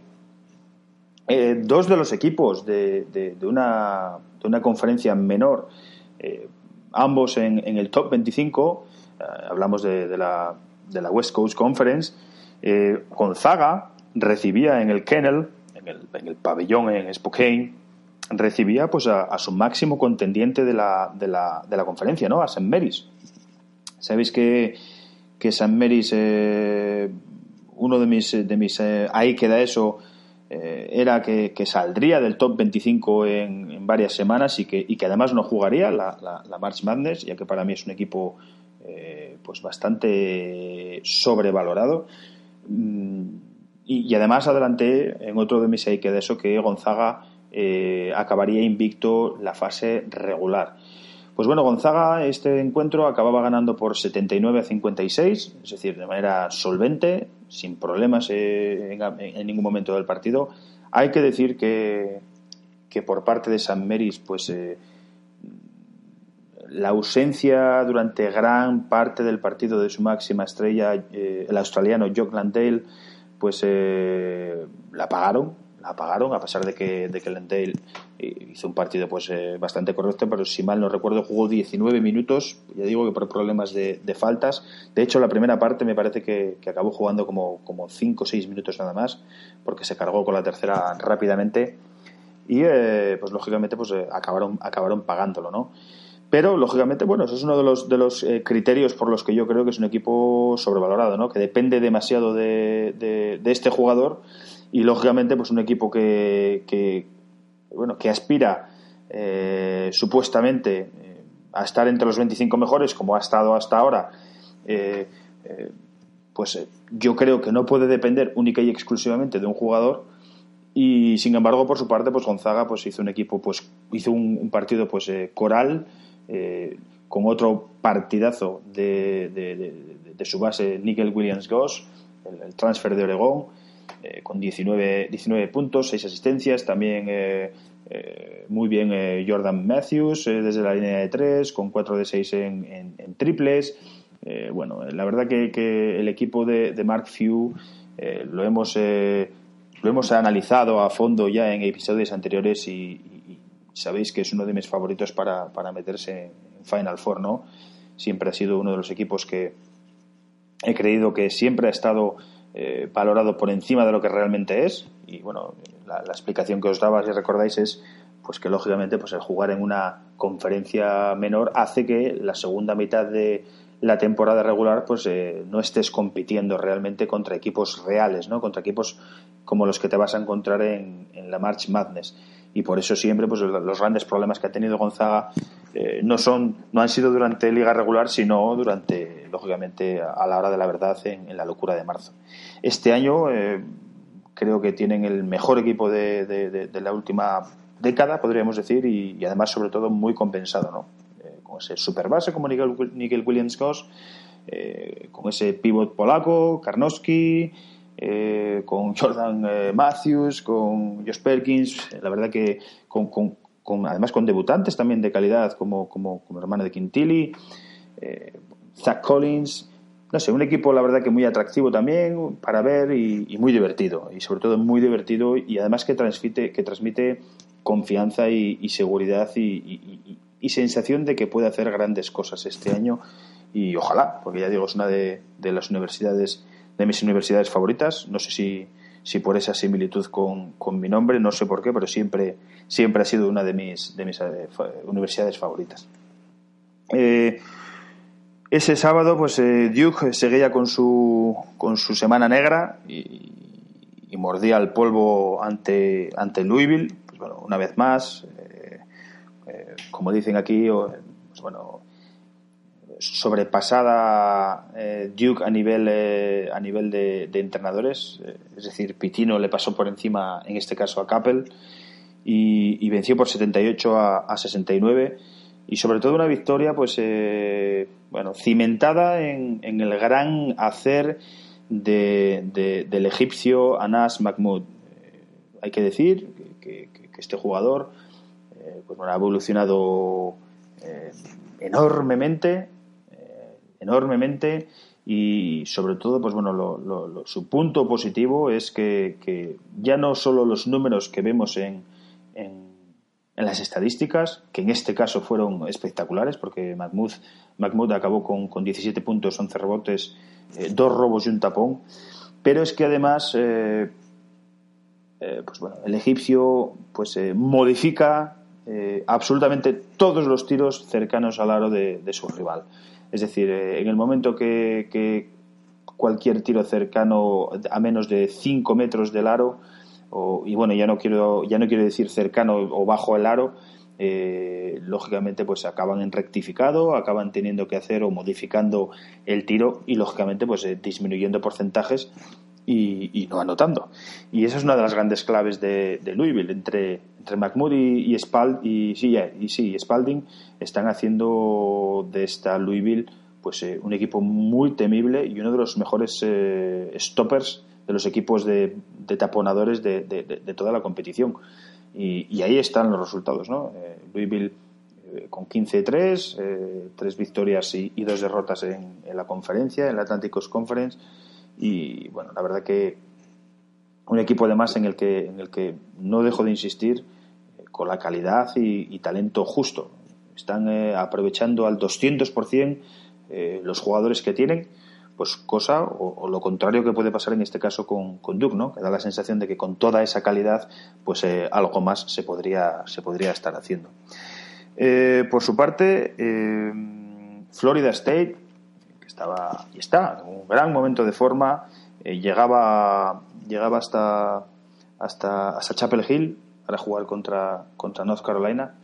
A: eh, dos de los equipos de, de, de, una, de una conferencia menor, eh, ambos en, en el top veinticinco, eh, hablamos de, de, la, de la West Coast Conference, eh, Gonzaga recibía en el Kennel, en el, en el pabellón en Spokane, recibía pues a, a su máximo contendiente de la, de la, de la conferencia, ¿no? A Saint Mary's. Sabéis que, que Saint Mary's, eh, uno de mis, de mis eh, ahí queda eso, eh, era que, que saldría del top veinticinco en, en varias semanas y que, y que además no jugaría la, la, la March Madness, ya que para mí es un equipo eh, pues bastante sobrevalorado. Mm, y, y además adelanté en otro de mis ahí queda eso que Gonzaga Eh, acabaría invicto la fase regular. Pues bueno, Gonzaga este encuentro acababa ganando por setenta y nueve a cincuenta y seis, es decir, de manera solvente, sin problemas eh, en, en ningún momento del partido. Hay que decir que, que por parte de Saint Mary's, pues eh, la ausencia durante gran parte del partido de su máxima estrella, eh, el australiano Jock Landale, pues eh, la pagaron. La apagaron, a pesar de que, de que Landale hizo un partido pues eh, bastante correcto, pero si mal no recuerdo jugó diecinueve minutos, ya digo que por problemas de, de faltas. De hecho, la primera parte me parece que, que acabó jugando como, como cinco o seis minutos nada más, porque se cargó con la tercera rápidamente y eh, pues lógicamente pues eh, acabaron, acabaron pagándolo, ¿no? Pero, lógicamente, bueno, eso es uno de los, de los eh, criterios por los que yo creo que es un equipo sobrevalorado, ¿no? Que depende demasiado de, de, de este jugador. Y lógicamente pues un equipo que, que bueno que aspira eh, supuestamente eh, a estar entre los veinticinco mejores como ha estado hasta ahora, eh, eh, pues eh, yo creo que no puede depender única y exclusivamente de un jugador. Y sin embargo por su parte pues Gonzaga pues hizo un equipo pues hizo un, un partido pues eh, coral, eh, con otro partidazo de, de, de, de su base Nickel Williams-Goss, el, el transfer de Oregón, Eh, con diecinueve, diecinueve puntos, seis asistencias, también eh, eh, muy bien eh, Jordan Matthews eh, desde la línea de tres, con cuatro de seis en, en, en triples. Eh, bueno, la verdad que, que el equipo de, de Mark Few eh, lo hemos eh, lo hemos analizado a fondo ya en episodios anteriores y, y, y sabéis que es uno de mis favoritos para, para meterse en Final Four, ¿no? Siempre ha sido uno de los equipos que he creído que siempre ha estado Eh, valorado por encima de lo que realmente es. Y bueno, la, la explicación que os daba, si recordáis, es pues que lógicamente pues el jugar en una conferencia menor hace que la segunda mitad de la temporada regular pues eh, no estés compitiendo realmente contra equipos reales, ¿no? Contra equipos como los que te vas a encontrar en, en la March Madness. Y por eso siempre pues los grandes problemas que ha tenido Gonzaga eh, no son no han sido durante liga regular, sino durante, lógicamente, a la hora de la verdad en, en la locura de marzo. Este año eh, creo que tienen el mejor equipo de, de, de, de la última década, podríamos decir, y, y además sobre todo muy compensado, ¿no? Eh, con ese super base como Nickel Williams-Goss, eh, con ese pivot polaco Karnowski, Eh, con Jordan eh, Matthews, con Josh Perkins, la verdad que con, con, con además con debutantes también de calidad como, como, como el hermano de Quintili, eh, Zach Collins, no sé, un equipo la verdad que muy atractivo también para ver y, y muy divertido, y sobre todo muy divertido y además que transmite, que transmite confianza y, y seguridad y, y, y, y sensación de que puede hacer grandes cosas este año y ojalá, porque ya digo, es una de, de las universidades de mis universidades favoritas. No sé si si por esa similitud con, con mi nombre, no sé por qué, pero siempre, siempre ha sido una de mis, de mis eh, universidades favoritas. Eh, ese sábado, pues eh, Duke seguía con su, con su semana negra y, y mordía el polvo ante, ante Louisville. Pues bueno, una vez más, eh, eh, como dicen aquí, pues bueno, sobrepasada eh, Duke a nivel eh, a nivel de, de entrenadores, eh, es decir, Pitino le pasó por encima en este caso a Capel y, y venció por setenta y ocho a sesenta y nueve, y sobre todo una victoria pues eh, bueno, cimentada en, en el gran hacer de, de, del egipcio Anas Mahmoud. Eh, hay que decir que, que, que este jugador eh, pues bueno, ha evolucionado eh, enormemente enormemente y sobre todo pues bueno lo, lo, lo, su punto positivo es que, que ya no solo los números que vemos en, en, en las estadísticas, que en este caso fueron espectaculares porque Mahmoud, Mahmoud acabó con, con diecisiete puntos, once rebotes, eh, dos robos y un tapón, pero es que además eh, eh, pues bueno, el egipcio pues eh, modifica eh, absolutamente todos los tiros cercanos al aro de, de su rival. Es decir, eh, en el momento que, que cualquier tiro cercano a menos de cinco metros del aro, o, y bueno, ya no quiero ya no quiero decir cercano o bajo el aro, eh, lógicamente pues acaban en rectificado, acaban teniendo que hacer o modificando el tiro y lógicamente pues eh, disminuyendo porcentajes y, y no anotando. Y esa es una de las grandes claves de, de Louisville. Entre, entre Mahmoud y, y, Spald, y, sí, y sí, Spalding están haciendo de esta Louisville pues eh, un equipo muy temible y uno de los mejores eh, stoppers de los equipos de, de taponadores de, de, de, de toda la competición. Y, y ahí están los resultados, ¿no? Eh, Louisville eh, con quince tres, eh, tres victorias y, y dos derrotas en, en la conferencia, en la Atlantic Coast Conference. Y bueno, la verdad que un equipo además en el que, en el que no dejo de insistir eh, con la calidad y, y talento justo. Están eh, aprovechando al doscientos por ciento eh, los jugadores que tienen, pues cosa o, o lo contrario que puede pasar en este caso con, con Duke, ¿no? Que da la sensación de que con toda esa calidad pues eh, algo más se podría, se podría estar haciendo. Eh, por su parte, eh, Florida State, que estaba y está en un gran momento de forma, eh, llegaba llegaba hasta hasta hasta Chapel Hill para jugar contra contra North Carolina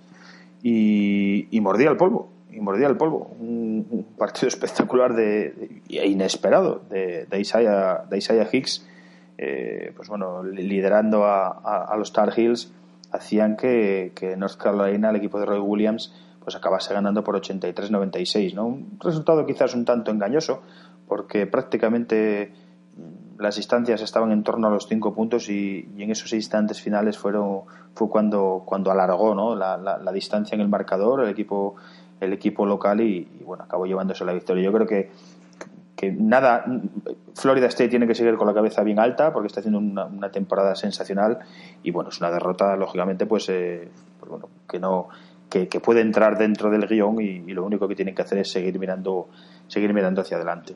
A: y, y mordía el polvo y mordía el polvo un, un partido espectacular de, de inesperado de, de Isaiah de Isaiah Hicks, eh, pues bueno, liderando a, a, a los Tar Heels, hacían que, que North Carolina, el equipo de Roy Williams, pues acabase ganando por ochenta y tres noventa y seis, ¿no? Un resultado quizás un tanto engañoso, porque prácticamente las distancias estaban en torno a los cinco puntos y, y en esos instantes finales fueron fue cuando cuando alargó, ¿no? la, la, la distancia en el marcador el equipo el equipo local y, y bueno, acabó llevándose la victoria. Yo creo que que nada, Florida State tiene que seguir con la cabeza bien alta porque está haciendo una, una temporada sensacional y bueno, es una derrota lógicamente pues, eh, pues bueno, que no que, que puede entrar dentro del guión y, y lo único que tienen que hacer es seguir mirando seguir mirando hacia adelante.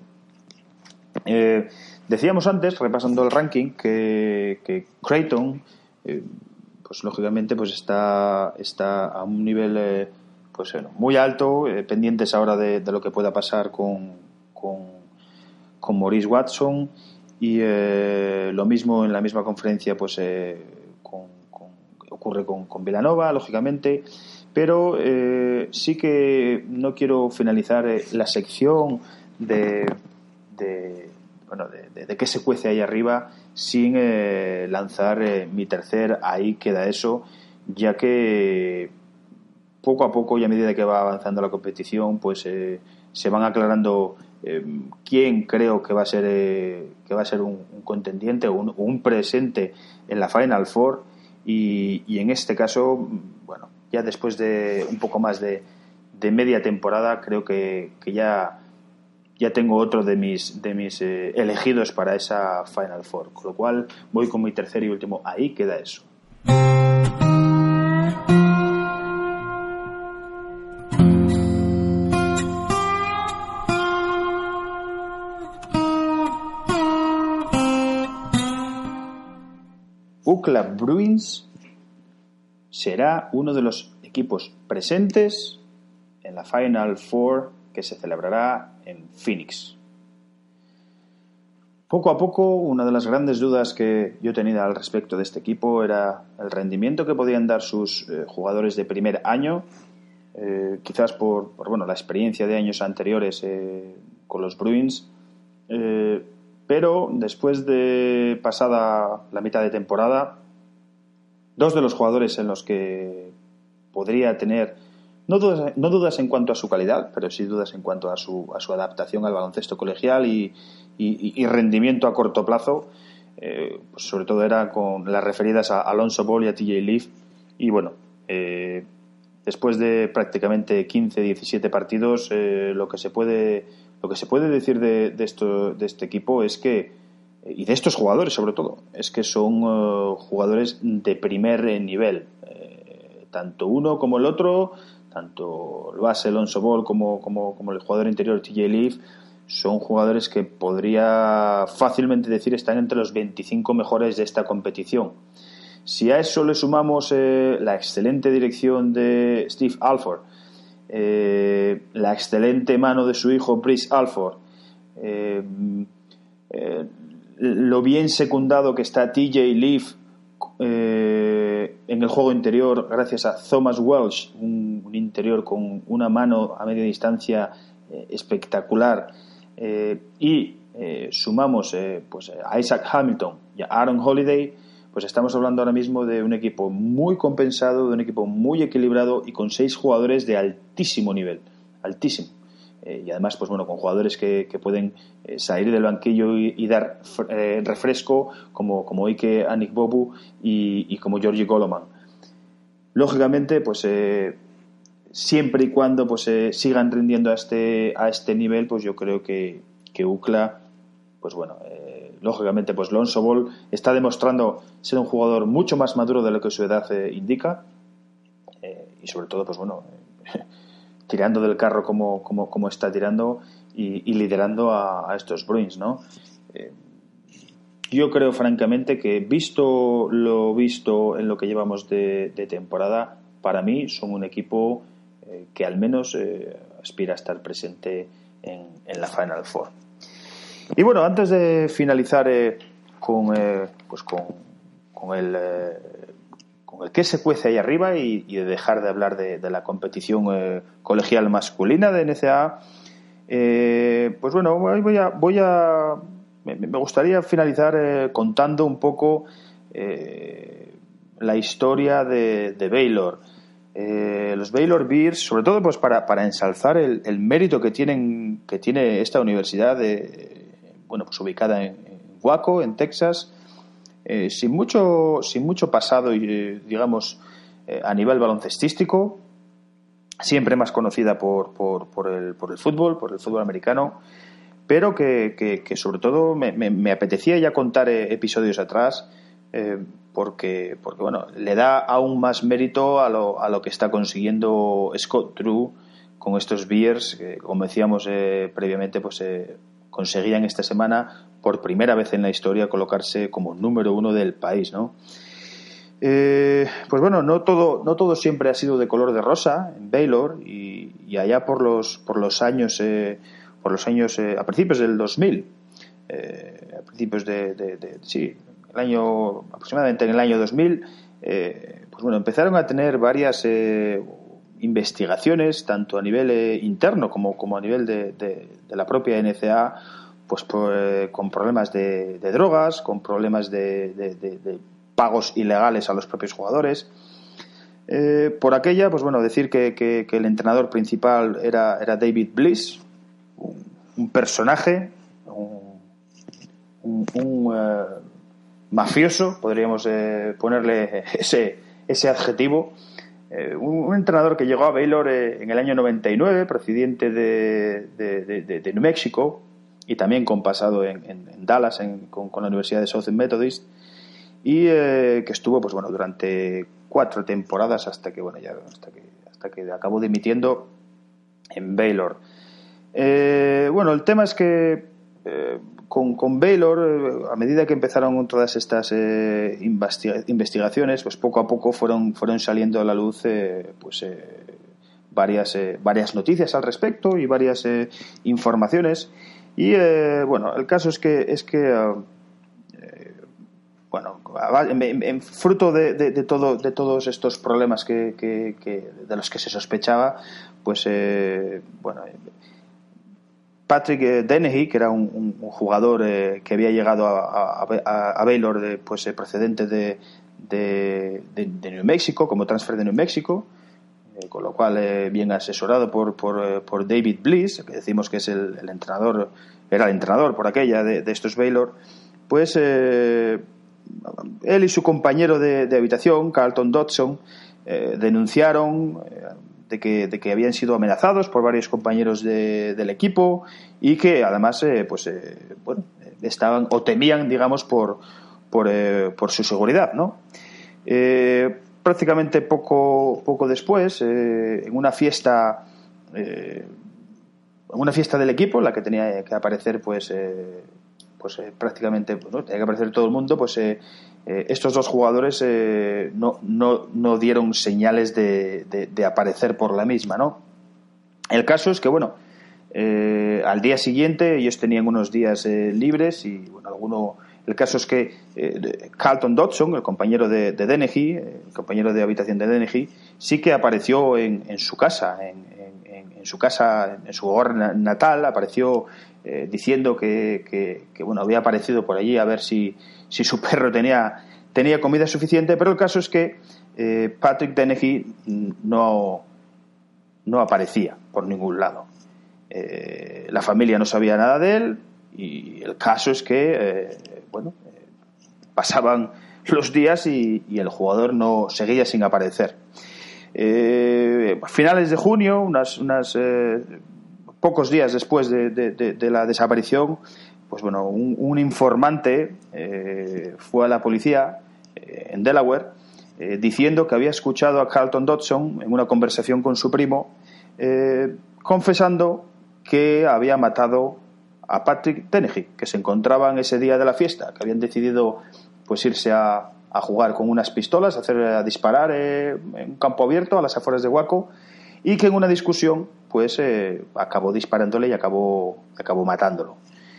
A: Eh, decíamos antes, repasando el ranking, que, que Creighton eh, pues lógicamente pues está está a un nivel eh, pues bueno, muy alto, eh, pendientes ahora de, de lo que pueda pasar con, con con Maurice Watson y eh, lo mismo en la misma conferencia pues eh, con, con, ocurre con, con Villanova, lógicamente, pero eh, sí que no quiero finalizar eh, la sección de, de bueno de, de, de qué se cuece ahí arriba sin eh, lanzar eh, mi tercer ahí queda eso, ya que poco a poco y a medida que va avanzando la competición pues eh, se van aclarando eh, quién creo que va a ser eh, que va a ser un, un contendiente o un, un presente en la Final Four y, y en este caso bueno, ya después de un poco más de, de media temporada creo que, que ya ya tengo otro de mis de mis eh, elegidos para esa Final Four, con lo cual voy con mi tercer y último ahí queda eso. UCLA Bruins será uno de los equipos presentes en la Final Four que se celebrará en Phoenix. Poco a poco, una de las grandes dudas que yo tenía al respecto de este equipo era el rendimiento que podían dar sus eh, jugadores de primer año, eh, quizás por, por bueno, la experiencia de años anteriores eh, con los Bruins, eh, pero después de pasada la mitad de temporada, dos de los jugadores en los que podría tener no dudas, no dudas en cuanto a su calidad, pero sí dudas en cuanto a su, a su adaptación al baloncesto colegial y, y, y rendimiento a corto plazo, eh, pues sobre todo era con las referidas a Alonzo Ball y a T J Leaf. Y bueno, eh, después de prácticamente quince diecisiete partidos, eh, lo que se puede lo que se puede decir de, de, esto, de este equipo es que, y de estos jugadores sobre todo, es que son uh, jugadores de primer nivel, eh, tanto uno como el otro, tanto el base Alonzo Ball como, como, como el jugador interior T J Leaf, son jugadores que podría fácilmente decir están entre los veinticinco mejores de esta competición. Si a eso le sumamos eh, la excelente dirección de Steve Alford, eh, la excelente mano de su hijo Brice Alford, eh, eh, lo bien secundado que está T J Leaf eh, en el juego interior gracias a Thomas Welsh, un, un interior con una mano a media distancia eh, espectacular, eh, y eh, sumamos eh, pues a Isaac Hamilton y a Aaron Holiday, pues estamos hablando ahora mismo de un equipo muy compensado, de un equipo muy equilibrado y con seis jugadores de altísimo nivel, altísimo. Eh, y además, pues bueno, con jugadores que, que pueden eh, salir del banquillo y, y dar eh, refresco, como, como Ike Anigbobu y, y como Georgi Goloman. Lógicamente, pues eh, siempre y cuando pues eh, sigan rindiendo a este a este nivel, pues yo creo que, que UCLA, pues bueno, eh, lógicamente, pues Lonzo Ball está demostrando ser un jugador mucho más maduro de lo que su edad eh, indica, eh, y sobre todo, pues bueno, eh, tirando del carro como, como, como está tirando y, y liderando a, a estos Bruins, ¿no? Eh, yo creo francamente que, visto lo visto en lo que llevamos de, de temporada, para mí son un equipo eh, que al menos eh, aspira a estar presente en, en la Final Four. Y bueno, antes de finalizar eh, con, eh, pues con, con el eh, con el que se cuece ahí arriba y, y de dejar de hablar de, de la competición eh, colegial masculina de N C A A, eh, pues bueno, voy a, voy a me, me gustaría finalizar eh, contando un poco eh, la historia de, de Baylor. Eh, los Baylor Bears, sobre todo pues para, para ensalzar el, el mérito que tienen que tiene esta universidad de, bueno, pues ubicada en, en Waco, en Texas, eh, sin mucho sin mucho pasado, eh, digamos, eh, a nivel baloncestístico, siempre más conocida por, por, por, el, por el fútbol, por el fútbol americano, pero que, que, que sobre todo me, me, me apetecía ya contar eh, episodios atrás, eh, porque, porque bueno, le da aún más mérito a lo, a lo que está consiguiendo Scott Drew con estos Bears, que, como decíamos eh, previamente, pues eh, conseguían esta semana por primera vez en la historia colocarse como número uno del país, ¿no? Eh, pues bueno, no todo, no todo siempre ha sido de color de rosa en Baylor, y, y allá por los, por los años, eh, por los años eh, a principios del dos mil, eh, a principios de, de, de, sí, el año aproximadamente en el año dos mil, eh, pues bueno, empezaron a tener varias eh, investigaciones, tanto a nivel eh, interno como, como a nivel de, de, de la propia N C A A, pues por, eh, con problemas de, de drogas, con problemas de, de, de, de pagos ilegales a los propios jugadores. Eh, por aquella, pues bueno, decir que, que, que el entrenador principal era, era David Bliss, un, un personaje, un, un, un uh, mafioso, podríamos eh, ponerle ese, ese adjetivo. Eh, un, un entrenador que llegó a Baylor eh, en el año noventa y nueve, procedente de, de, de, de, de New México, y también con pasado en, en, en Dallas en, con, con la Universidad de Southern Methodist, y eh, que estuvo pues bueno durante cuatro temporadas hasta que bueno ya hasta que hasta que acabó dimitiendo en Baylor. Eh, bueno, el tema es que eh, con, con Baylor, eh, a medida que empezaron todas estas eh, investiga- investigaciones, pues poco a poco fueron, fueron saliendo a la luz eh, pues eh, varias, eh, varias noticias al respecto y varias eh, informaciones. Y eh, bueno, el caso es que es que uh, eh, bueno, en, en fruto de, de, de todo de todos estos problemas que, que, que de los que se sospechaba, pues eh, bueno, Patrick Dennehy, que era un, un, un jugador eh, que había llegado a, a, a Baylor de, pues, eh, procedente de, de, de, de New Mexico, como transfer de New Mexico, eh, con lo cual eh, bien asesorado por, por, eh, por David Bliss, que decimos que es el, el entrenador, era el entrenador por aquella de, de estos Baylor, pues eh, él y su compañero de, de habitación, Carlton Dodson, eh, denunciaron eh, de que, de que habían sido amenazados por varios compañeros de, del equipo y que además eh, pues eh, bueno, estaban o temían, digamos, por por, eh, por su seguridad, ¿no? Eh, prácticamente poco poco después, eh, en una fiesta eh, en una fiesta del equipo, en la que tenía que aparecer pues eh, pues eh, prácticamente pues, ¿no? tenía que aparecer todo el mundo, pues eh, eh, estos dos jugadores eh, no, no, no dieron señales de, de, de aparecer por la misma, ¿no? El caso es que, bueno, eh, al día siguiente ellos tenían unos días eh, libres y, bueno, alguno... El caso es que eh, Carlton Dodson, el compañero de, de Dennehy, el compañero de habitación de Dennehy, sí que apareció en, en su casa, en, en, en su casa, en su hogar natal, apareció eh, diciendo que, que, que, bueno, había aparecido por allí a ver si, si su perro tenía, tenía comida suficiente, pero el caso es que eh, Patrick Dennehy no, no aparecía por ningún lado. Eh, la familia no sabía nada de él y el caso es que eh, bueno, eh, pasaban los días y, y el jugador no seguía sin aparecer. Eh, a finales de junio, unas, unas eh, pocos días después de, de, de, de la desaparición, pues bueno, un, un informante eh, fue a la policía eh, en Delaware eh, diciendo que había escuchado a Carlton Dodson en una conversación con su primo eh, confesando que había matado a Patrick Dennehy, que se encontraban ese día de la fiesta, que habían decidido pues irse a, a jugar con unas pistolas, a, hacer, a disparar eh, en un campo abierto a las afueras de Waco, y que en una discusión pues eh, acabó disparándole y acabó, acabó matándolo.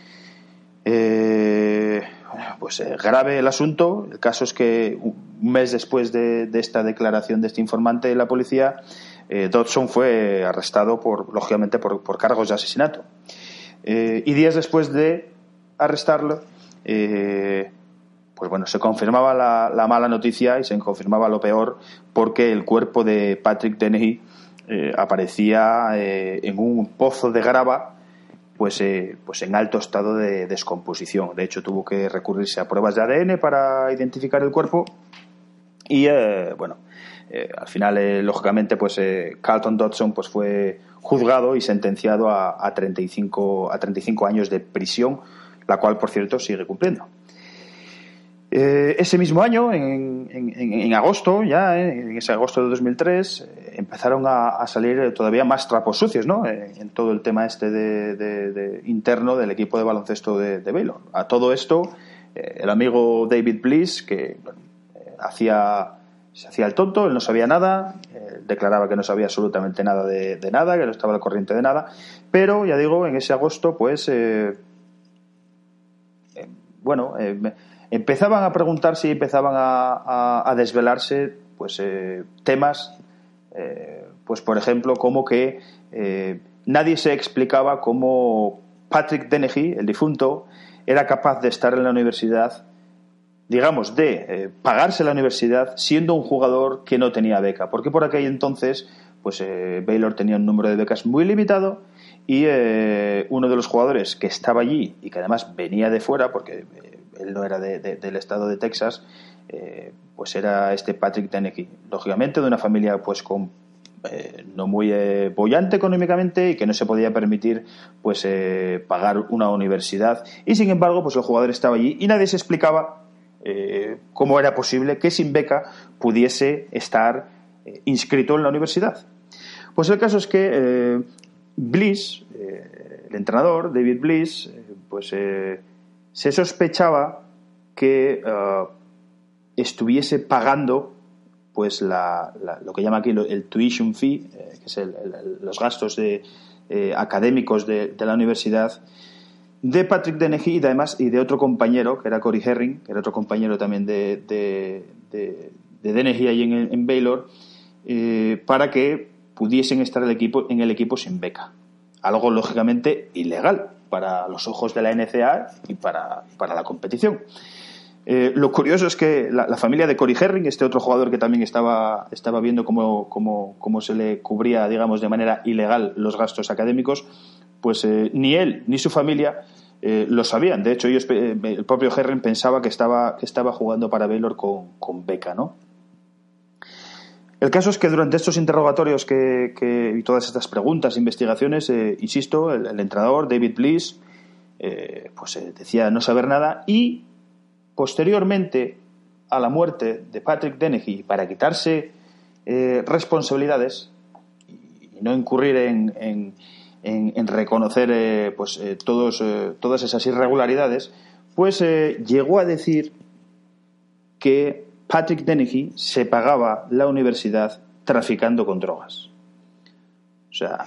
A: Eh, pues eh, grave el asunto. El caso es que un mes después de, de esta declaración de este informante de la policía, eh, Dodson fue arrestado por, lógicamente por, por cargos de asesinato. Eh, y días después de arrestarlo, eh, pues bueno, se confirmaba la, la mala noticia y se confirmaba lo peor, porque el cuerpo de Patrick Dennehy eh, aparecía eh, en un pozo de grava, pues, eh, pues en alto estado de descomposición. De hecho, tuvo que recurrirse a pruebas de A D N para identificar el cuerpo y eh, bueno, eh, al final, eh, lógicamente, pues eh, Carlton Dodson pues fue juzgado y sentenciado a, a, treinta y cinco, a treinta y cinco años de prisión, la cual, por cierto, sigue cumpliendo. Eh, ese mismo año, en, en, en agosto, ya eh, en ese agosto de dos mil tres, eh, empezaron a, a salir todavía más trapos sucios, ¿no? Eh, en todo el tema este de, de, de interno del equipo de baloncesto de, de Baylor. A todo esto, eh, el amigo David Bliss, que bueno, eh, hacía se hacía el tonto, él no sabía nada, eh, declaraba que no sabía absolutamente nada de, de nada, que no estaba al corriente de nada, pero ya digo, en ese agosto, pues, eh, eh, bueno, eh, empezaban a preguntarse y empezaban a, a, a desvelarse, pues, eh, temas, eh, pues, por ejemplo, como que eh, nadie se explicaba cómo Patrick Dennehy, el difunto, era capaz de estar en la universidad, digamos, de eh, pagarse la universidad siendo un jugador que no tenía beca, porque por aquel entonces pues eh, Baylor tenía un número de becas muy limitado y eh, uno de los jugadores que estaba allí y que además venía de fuera, porque eh, él no era de, de, del estado de Texas, eh, pues era este Patrick Dennehy, lógicamente de una familia pues con eh, no muy eh, boyante económicamente y que no se podía permitir pues eh, pagar una universidad, y sin embargo pues el jugador estaba allí y nadie se explicaba Eh, cómo era posible que sin beca pudiese estar eh, inscrito en la universidad. Pues el caso es que eh, Bliss, eh, el entrenador, David Bliss, eh, pues eh, se sospechaba que uh, estuviese pagando pues la, la, lo que llama aquí el tuition fee, eh, que es el, el, los gastos de, eh, académicos de, de la universidad, de Patrick Dennehy y de, además y de otro compañero que era Corey Herring, que era otro compañero también de, de, de, de Dennehy ahí en, en Baylor, eh, para que pudiesen estar el equipo, en el equipo sin beca, algo lógicamente ilegal para los ojos de la N C A A y para, para la competición. Eh, lo curioso es que la, la familia de Corey Herring, este otro jugador que también estaba, estaba viendo cómo, cómo, cómo se le cubría, digamos, de manera ilegal los gastos académicos, pues eh, ni él ni su familia eh, lo sabían. De hecho, ellos, eh, el propio Herring pensaba que estaba, que estaba jugando para Baylor con, con beca, ¿no? El caso es que durante estos interrogatorios que, que, y todas estas preguntas, investigaciones, eh, insisto, el, el entrenador, David Bliss, eh, pues eh, decía no saber nada y posteriormente a la muerte de Patrick Dennehy, para quitarse eh, responsabilidades y no incurrir en, en, en, en reconocer eh, pues, eh, todos, eh, todas esas irregularidades, pues eh, llegó a decir que Patrick Dennehy se pagaba la universidad traficando con drogas. O sea,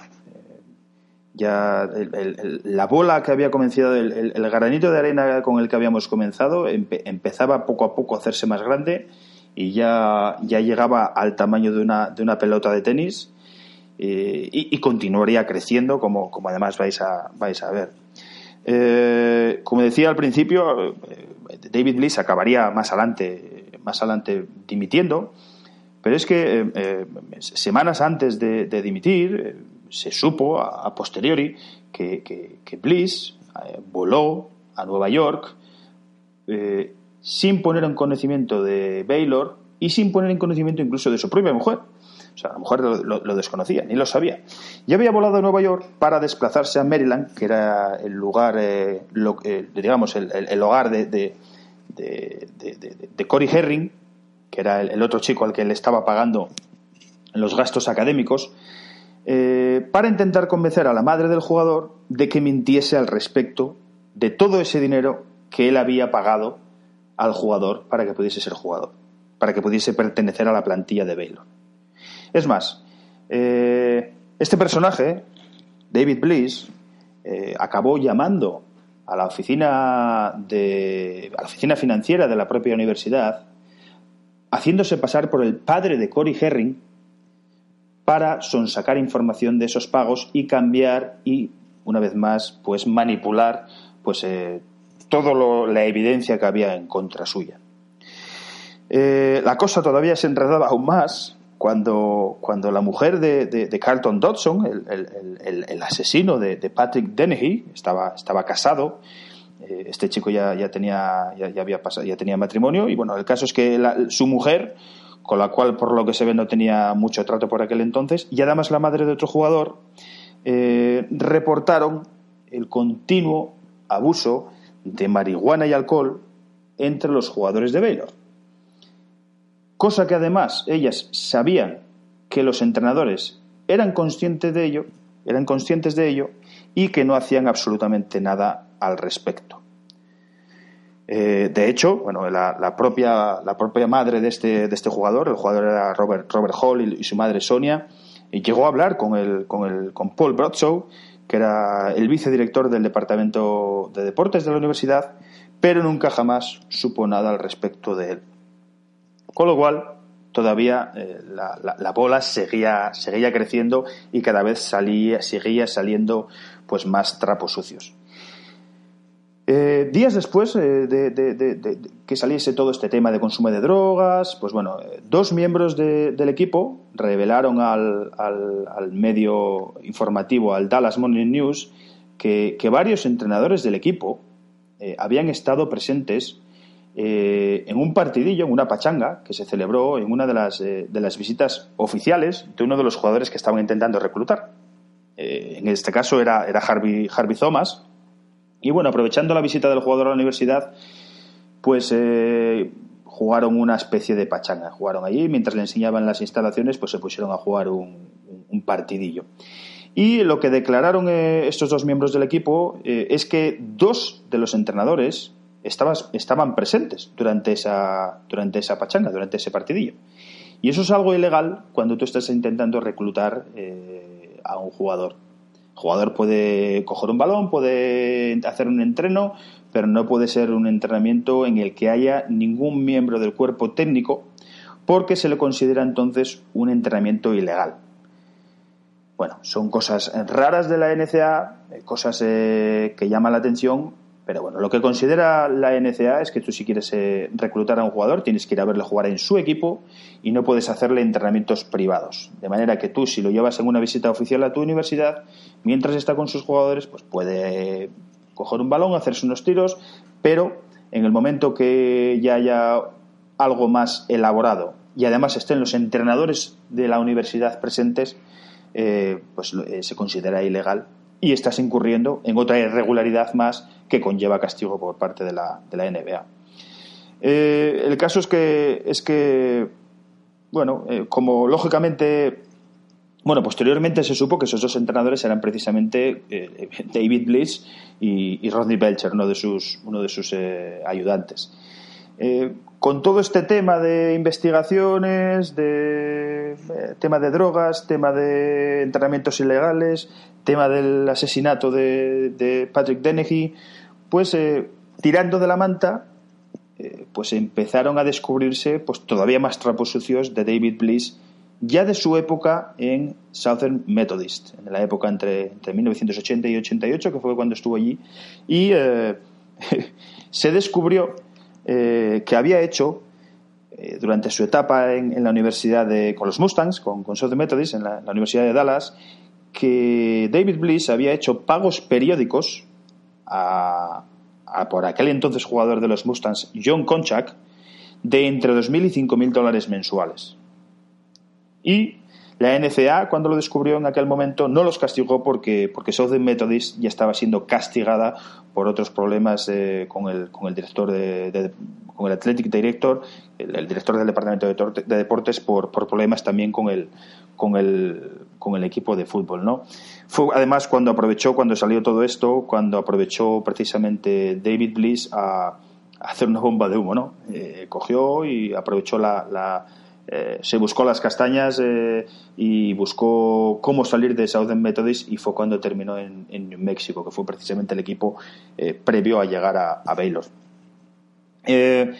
A: ya el, el, la bola que había comenzado, el, el, el granito de arena con el que habíamos comenzado empe, empezaba poco a poco a hacerse más grande y ya, ya llegaba al tamaño de una, de una pelota de tenis eh, y, y continuaría creciendo como, como además vais a, vais a ver. Eh, como decía al principio, eh, David Bliss acabaría más adelante, más adelante dimitiendo, pero es que eh, eh, semanas antes de, de dimitir eh, se supo a, a posteriori que, que, que Bliss eh, voló a Nueva York eh, sin poner en conocimiento de Baylor y sin poner en conocimiento incluso de su propia mujer. O sea, la mujer lo, lo, lo desconocía, ni lo sabía. Ya había volado a Nueva York para desplazarse a Maryland, que era el lugar, eh, lo, eh, digamos, el, el, el hogar de, de, de, de, de, de Corey Herring, que era el, el otro chico al que le estaba pagando los gastos académicos, eh, para intentar convencer a la madre del jugador de que mintiese al respecto de todo ese dinero que él había pagado al jugador para que pudiese ser jugador, para que pudiese pertenecer a la plantilla de Baylor. Es más, eh, este personaje, David Bliss, eh, acabó llamando a la oficina de, a la oficina financiera de la propia universidad, haciéndose pasar por el padre de Corey Herring para sonsacar información de esos pagos y cambiar y, una vez más, pues manipular pues eh, toda la evidencia que había en contra suya. Eh, la cosa todavía se enredaba aún más cuando, cuando la mujer de, de, de Carlton Dodson, el, el, el, el asesino de, de Patrick Dennehy, estaba, estaba casado. Eh, este chico ya, ya tenía ya, ya había pasado, ya tenía matrimonio y bueno, el caso es que la, su mujer, con la cual por lo que se ve no tenía mucho trato por aquel entonces, y además la madre de otro jugador, eh, reportaron el continuo abuso de marihuana y alcohol entre los jugadores de Baylor. Cosa que además ellas sabían que los entrenadores eran conscientes de ello, eran conscientes de ello y que no hacían absolutamente nada al respecto. Eh, de hecho, bueno, la, la propia la propia madre de este de este jugador, el jugador era Robert Robert Hall y, y su madre Sonia, y llegó a hablar con el con el con Paul Broadshaw, que era el vicedirector del departamento de deportes de la universidad, pero nunca jamás supo nada al respecto de él. Con lo cual, todavía eh, la, la, la bola seguía, seguía creciendo y cada vez salía, seguía saliendo pues más trapos sucios. Eh, días después eh, de, de, de, de que saliese todo este tema de consumo de drogas, pues bueno, eh, dos miembros de, del equipo revelaron al, al, al medio informativo, al Dallas Morning News, que, que varios entrenadores del equipo eh, habían estado presentes Eh, en un partidillo, en una pachanga que se celebró en una de las, eh, de las visitas oficiales de uno de los jugadores que estaban intentando reclutar. Eh, en este caso era, era Harvey, Harvey Thomas. Y bueno, aprovechando la visita del jugador a la universidad, pues eh, jugaron una especie de pachanga. Jugaron allí, mientras le enseñaban las instalaciones, pues se pusieron a jugar un, un partidillo. Y lo que declararon eh, estos dos miembros del equipo eh, es que dos de los entrenadores estaban, estaban presentes durante esa, durante esa pachanga, durante ese partidillo. Y eso es algo ilegal cuando tú estás intentando reclutar eh, a un jugador. El jugador puede coger un balón, puede hacer un entreno, pero no puede ser un entrenamiento en el que haya ningún miembro del cuerpo técnico, porque se le considera entonces un entrenamiento ilegal. Bueno, son cosas raras de la N C A, cosas eh, que llaman la atención, pero bueno, lo que considera la N C A es que tú, si quieres eh, reclutar a un jugador, tienes que ir a verle jugar en su equipo y no puedes hacerle entrenamientos privados. De manera que tú, si lo llevas en una visita oficial a tu universidad, mientras está con sus jugadores, pues puede coger un balón, hacerse unos tiros, pero en el momento que ya haya algo más elaborado y además estén los entrenadores de la universidad presentes, eh, pues eh, se considera ilegal y estás incurriendo en otra irregularidad más que conlleva castigo por parte de la, de la N B A. Eh, el caso es que, es que bueno, eh, como lógicamente, bueno, posteriormente se supo que esos dos entrenadores eran precisamente eh, David Bliss y, y Rodney Belcher, uno de sus, uno de sus eh, ayudantes. Eh, con todo este tema de investigaciones, de eh, tema de drogas, tema de entrenamientos ilegales, tema del asesinato de, de Patrick Dennehy, pues eh, tirando de la manta, eh, pues empezaron a descubrirse pues todavía más trapos sucios de David Bliss, ya de su época en Southern Methodist, en la época entre, entre mil novecientos ochenta y ochenta y ocho, que fue cuando estuvo allí, y eh, se descubrió eh, que había hecho eh, durante su etapa en, en la universidad de, con los Mustangs, con, con Southern Methodist, en la, la Universidad de Dallas, que David Bliss había hecho pagos periódicos a, a por aquel entonces jugador de los Mustangs, John Konchak, de entre dos mil y cinco mil dólares mensuales. Y la N C A, cuando lo descubrió en aquel momento, no los castigó porque, porque Southern Methodist ya estaba siendo castigada por otros problemas eh, con, el, con el director de, de, con el Athletic Director, el, el director del departamento de, torte, de deportes, por, por problemas también con el, con el, con el equipo de fútbol, ¿no? Fue además cuando aprovechó, cuando salió todo esto, cuando aprovechó precisamente David Bliss a, a hacer una bomba de humo, ¿no? Eh, cogió y aprovechó la, la Eh, se buscó las castañas eh, y buscó cómo salir de Southern Methodist, y fue cuando terminó en, en New Mexico, que fue precisamente el equipo eh, previo a llegar a, a Baylor. Eh,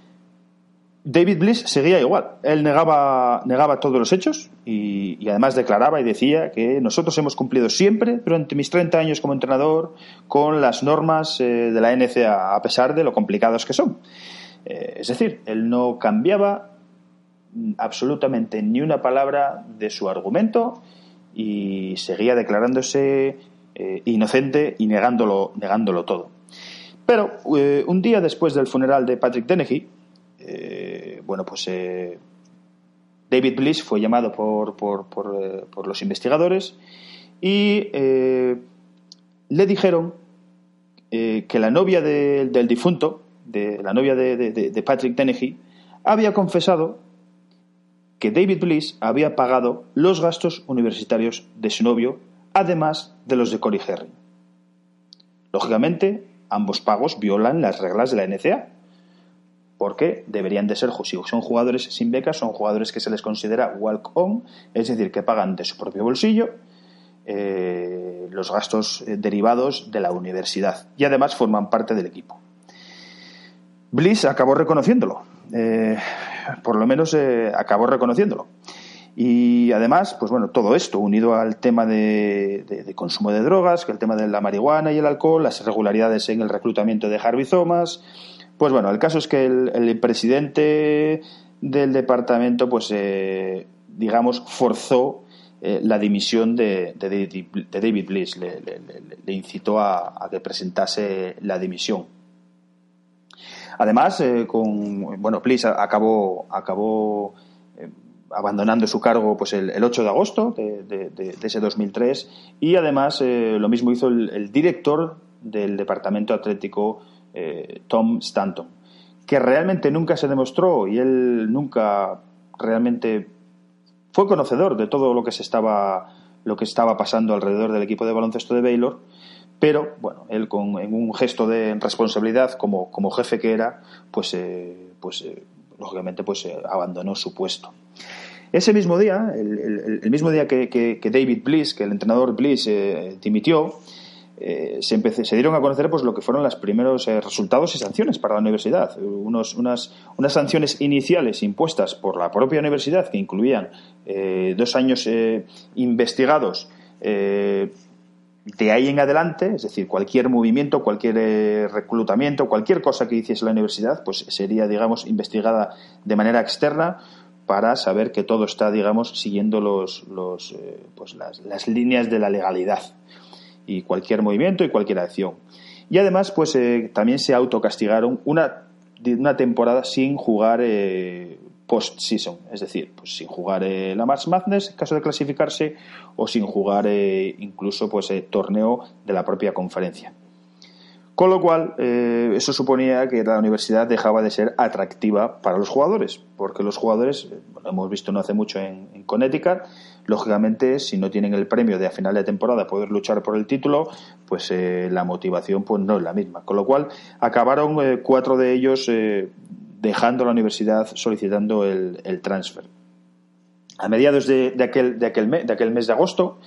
A: David Bliss seguía igual, él negaba, negaba todos los hechos y, y además declaraba y decía que nosotros hemos cumplido siempre durante mis treinta años como entrenador con las normas eh, de la N C A a, a pesar de lo complicados que son. Eh, es decir, él no cambiaba absolutamente ni una palabra de su argumento y seguía declarándose eh, inocente y negándolo, negándolo todo. Pero eh, un día después del funeral de Patrick Dennehy, eh, bueno, pues eh, David Bliss fue llamado por, por, por, eh, por los investigadores y eh, le dijeron eh, que la novia de, del difunto, de, la novia de, de, de Patrick Dennehy, había confesado que David Bliss había pagado los gastos universitarios de su novio, además de los de Corey Herring. Lógicamente, ambos pagos violan las reglas de la N C A, porque deberían de ser, si son jugadores sin becas, son jugadores que se les considera walk-on, es decir, que pagan de su propio bolsillo eh, los gastos eh, derivados de la universidad y además forman parte del equipo. Bliss acabó reconociéndolo. Eh, por lo menos eh, acabó reconociéndolo. Y además, pues bueno, todo esto unido al tema de, de, de consumo de drogas, que el tema de la marihuana y el alcohol, las irregularidades en el reclutamiento de Harvey Thomas, pues bueno, el caso es que el, el presidente del departamento, pues eh, digamos, forzó eh, la dimisión de, de, David, de David Bliss, le, le, le, le incitó a, a que presentase la dimisión. Además, eh, con bueno, Bliss acabó, acabó eh, abandonando su cargo pues el, el ocho de agosto de, de, de, de ese dos mil tres, y además eh, lo mismo hizo el, el director del departamento atlético, eh, Tom Stanton, que realmente nunca se demostró y él nunca realmente fue conocedor de todo lo que se estaba lo que estaba pasando alrededor del equipo de baloncesto de Baylor, pero bueno, él con, en un gesto de responsabilidad como, como jefe que era, pues, eh, pues eh, lógicamente pues eh, abandonó su puesto. Ese mismo día, el, el, el mismo día que, que, que David Bliss, que el entrenador Bliss eh, dimitió, eh, se, empecé, se dieron a conocer pues lo que fueron los primeros eh, resultados y sanciones para la universidad. Unos, unas, unas sanciones iniciales impuestas por la propia universidad que incluían eh, dos años eh, investigados eh, de ahí en adelante, es decir, cualquier movimiento, cualquier eh, reclutamiento, cualquier cosa que hiciese la universidad, pues sería, digamos, investigada de manera externa para saber que todo está, digamos, siguiendo los, los, eh, pues las, las líneas de la legalidad y cualquier movimiento y cualquier acción. Y además, pues eh, también se autocastigaron una, una temporada sin jugar eh, post-season, es decir, pues sin jugar eh, la March Madness en caso de clasificarse o sin jugar eh, incluso pues eh, torneo de la propia conferencia. Con lo cual, eh, eso suponía que la universidad dejaba de ser atractiva para los jugadores, porque los jugadores, lo hemos visto no hace mucho en, en Connecticut, lógicamente, si no tienen el premio de a final de temporada poder luchar por el título, pues eh, la motivación pues no es la misma. Con lo cual, acabaron eh, cuatro de ellos eh, dejando la universidad solicitando el, el transfer. A mediados de, de, aquel, de, aquel mes, de aquel mes de agosto,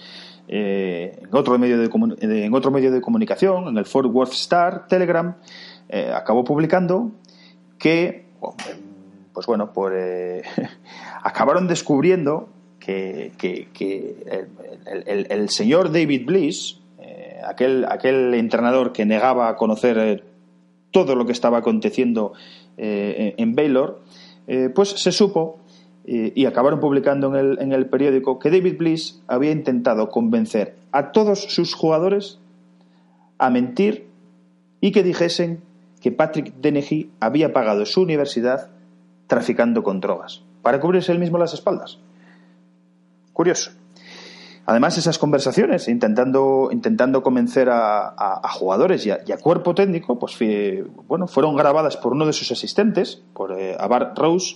A: Eh, en, otro medio de, de, en otro medio de comunicación, en el Fort Worth Star Telegram, eh, acabó publicando que, pues bueno, por, eh, acabaron descubriendo que, que, que el, el, el señor David Bliss, eh, aquel, aquel entrenador que negaba a conocer eh, todo lo que estaba aconteciendo eh, en Baylor, eh, pues se supo y acabaron publicando en el, en el periódico que David Bliss había intentado convencer a todos sus jugadores a mentir y que dijesen que Patrick Dennehy había pagado su universidad traficando con drogas para cubrirse él mismo las espaldas. Curioso. Además, esas conversaciones, intentando, intentando convencer a, a, a jugadores y a, y a cuerpo técnico, pues fue, bueno, fueron grabadas por uno de sus asistentes, por eh, Bart Rose.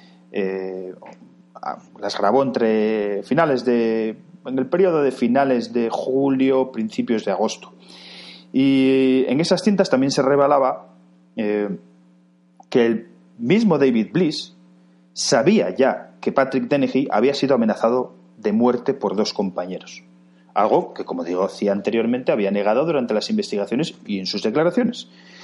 A: Eh, las grabó entre finales de en el periodo de finales de julio, principios de agosto, y en esas cintas también se revelaba eh, que el mismo David Bliss sabía ya que Patrick Dennehy había sido amenazado de muerte por dos compañeros, algo que, como digo, decía anteriormente, había negado durante las investigaciones y en sus declaraciones.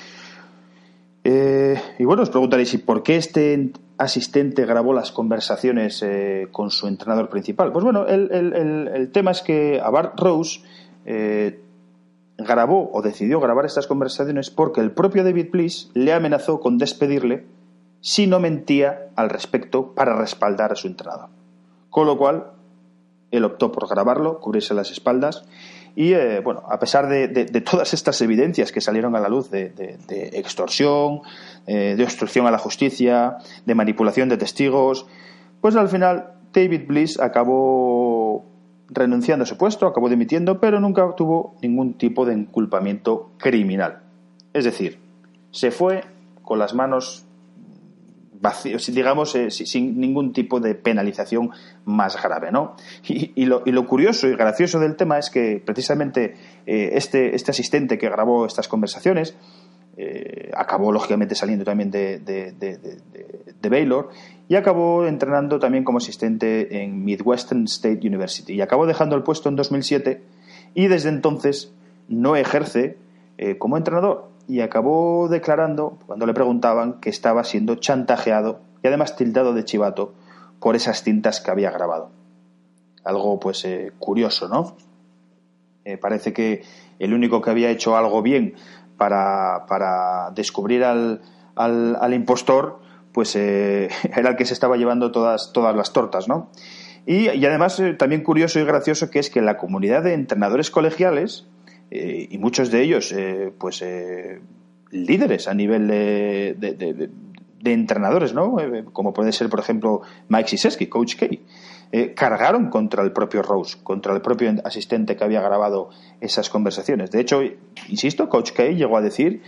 A: Eh, y bueno, os preguntaréis, ¿y por qué este asistente grabó las conversaciones eh, con su entrenador principal? Pues bueno, el, el, el, el tema es que a Bart Rose eh, grabó o decidió grabar estas conversaciones porque el propio David Bliss le amenazó con despedirle si no mentía al respecto para respaldar a su entrenador. Con lo cual, él optó por grabarlo, cubrirse las espaldas. Y eh, bueno, a pesar de, de, de todas estas evidencias que salieron a la luz de, de, de extorsión, eh, de obstrucción a la justicia, de manipulación de testigos, pues al final David Bliss acabó renunciando a su puesto, acabó dimitiendo, pero nunca tuvo ningún tipo de inculpamiento criminal. Es decir, se fue con las manos vacías, digamos, eh, sin ningún tipo de penalización más grave, ¿no? Y, y, lo, y lo curioso y gracioso del tema es que precisamente eh, este, este asistente que grabó estas conversaciones eh, acabó lógicamente saliendo también de, de, de, de, de Baylor y acabó entrenando también como asistente en Midwestern State University y acabó dejando el puesto en dos mil siete y desde entonces no ejerce eh, como entrenador. Y acabó declarando, cuando le preguntaban, que estaba siendo chantajeado y además tildado de chivato por esas cintas que había grabado. Algo, pues, eh, curioso, ¿no? Eh, parece que el único que había hecho algo bien para, para descubrir al, al, al impostor, pues eh, era el que se estaba llevando todas, todas las tortas, ¿no? Y, y además, eh, también curioso y gracioso que es que la comunidad de entrenadores colegiales, Eh, y muchos de ellos eh, pues eh, líderes a nivel de, de, de, de entrenadores, ¿no? Eh, como puede ser, por ejemplo, Mike Krzyzewski, Coach K, eh, cargaron contra el propio Rose, contra el propio asistente que había grabado esas conversaciones. De hecho, insisto, Coach K llegó a decir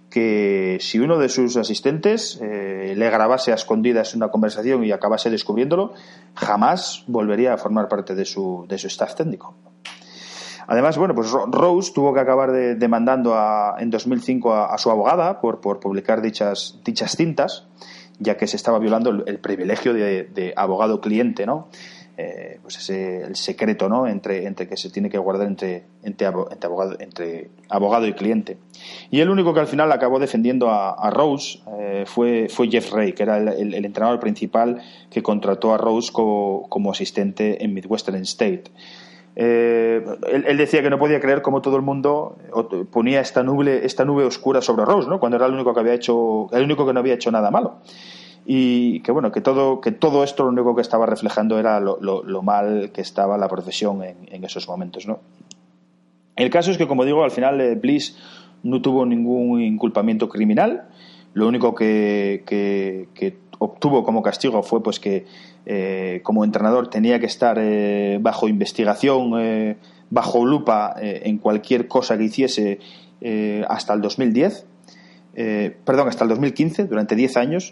A: que si uno de sus asistentes eh, le grabase a escondidas una conversación y acabase descubriéndolo, jamás volvería a formar parte de su, de su staff técnico. Además, bueno, pues Rose tuvo que acabar de, demandando a, en dos mil cinco a, a su abogada por, por publicar dichas, dichas cintas, ya que se estaba violando el, el privilegio de, de abogado-cliente, ¿no? Eh, pues ese el secreto, ¿no? entre entre que se tiene que guardar entre entre, entre abogado entre abogado y cliente. Y el único que al final acabó defendiendo a, a Rose eh, fue fue Jeff Ray, que era el, el, el entrenador principal que contrató a Rose co, como asistente en Midwestern State. Eh, él, él decía que no podía creer cómo todo el mundo ponía esta nube esta nube oscura sobre Rose, ¿no? Cuando era el único que había hecho el único que no había hecho nada malo. Y que bueno, que todo, que todo esto lo único que estaba reflejando era lo, lo, lo mal que estaba la profesión en, en esos momentos, ¿no? El caso es que, como digo, al final eh, Bliss no tuvo ningún inculpamiento criminal. Lo único que, que, que obtuvo como castigo fue pues que eh, como entrenador tenía que estar eh, bajo investigación, eh, bajo lupa eh, en cualquier cosa que hiciese eh, hasta el dos mil diez, eh, perdón, hasta el dos mil quince, durante diez años.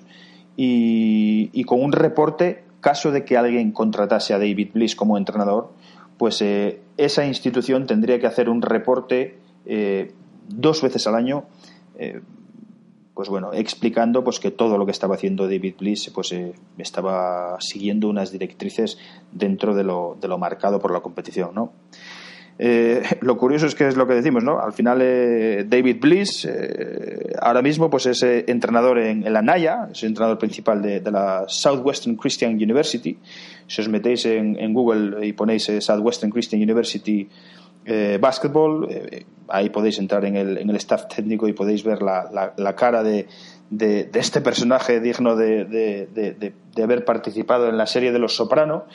A: Y, y con un reporte, caso de que alguien contratase a David Bliss como entrenador, pues eh, esa institución tendría que hacer un reporte eh, dos veces al año, eh, pues bueno, explicando pues que todo lo que estaba haciendo David Bliss pues eh, estaba siguiendo unas directrices dentro de lo, de lo marcado por la competición, ¿no? Eh, lo curioso es que es lo que decimos, ¿no? Al final eh, David Bliss eh, ahora mismo pues es eh, entrenador en, en la Naya, es entrenador principal de, de la Southwestern Christian University. Si os metéis en, en Google y ponéis eh, Southwestern Christian University eh, Basketball, eh, ahí podéis entrar en el, en el staff técnico y podéis ver la, la, la cara de, de, de este personaje digno de, de, de, de, de haber participado en la serie de Los Soprano.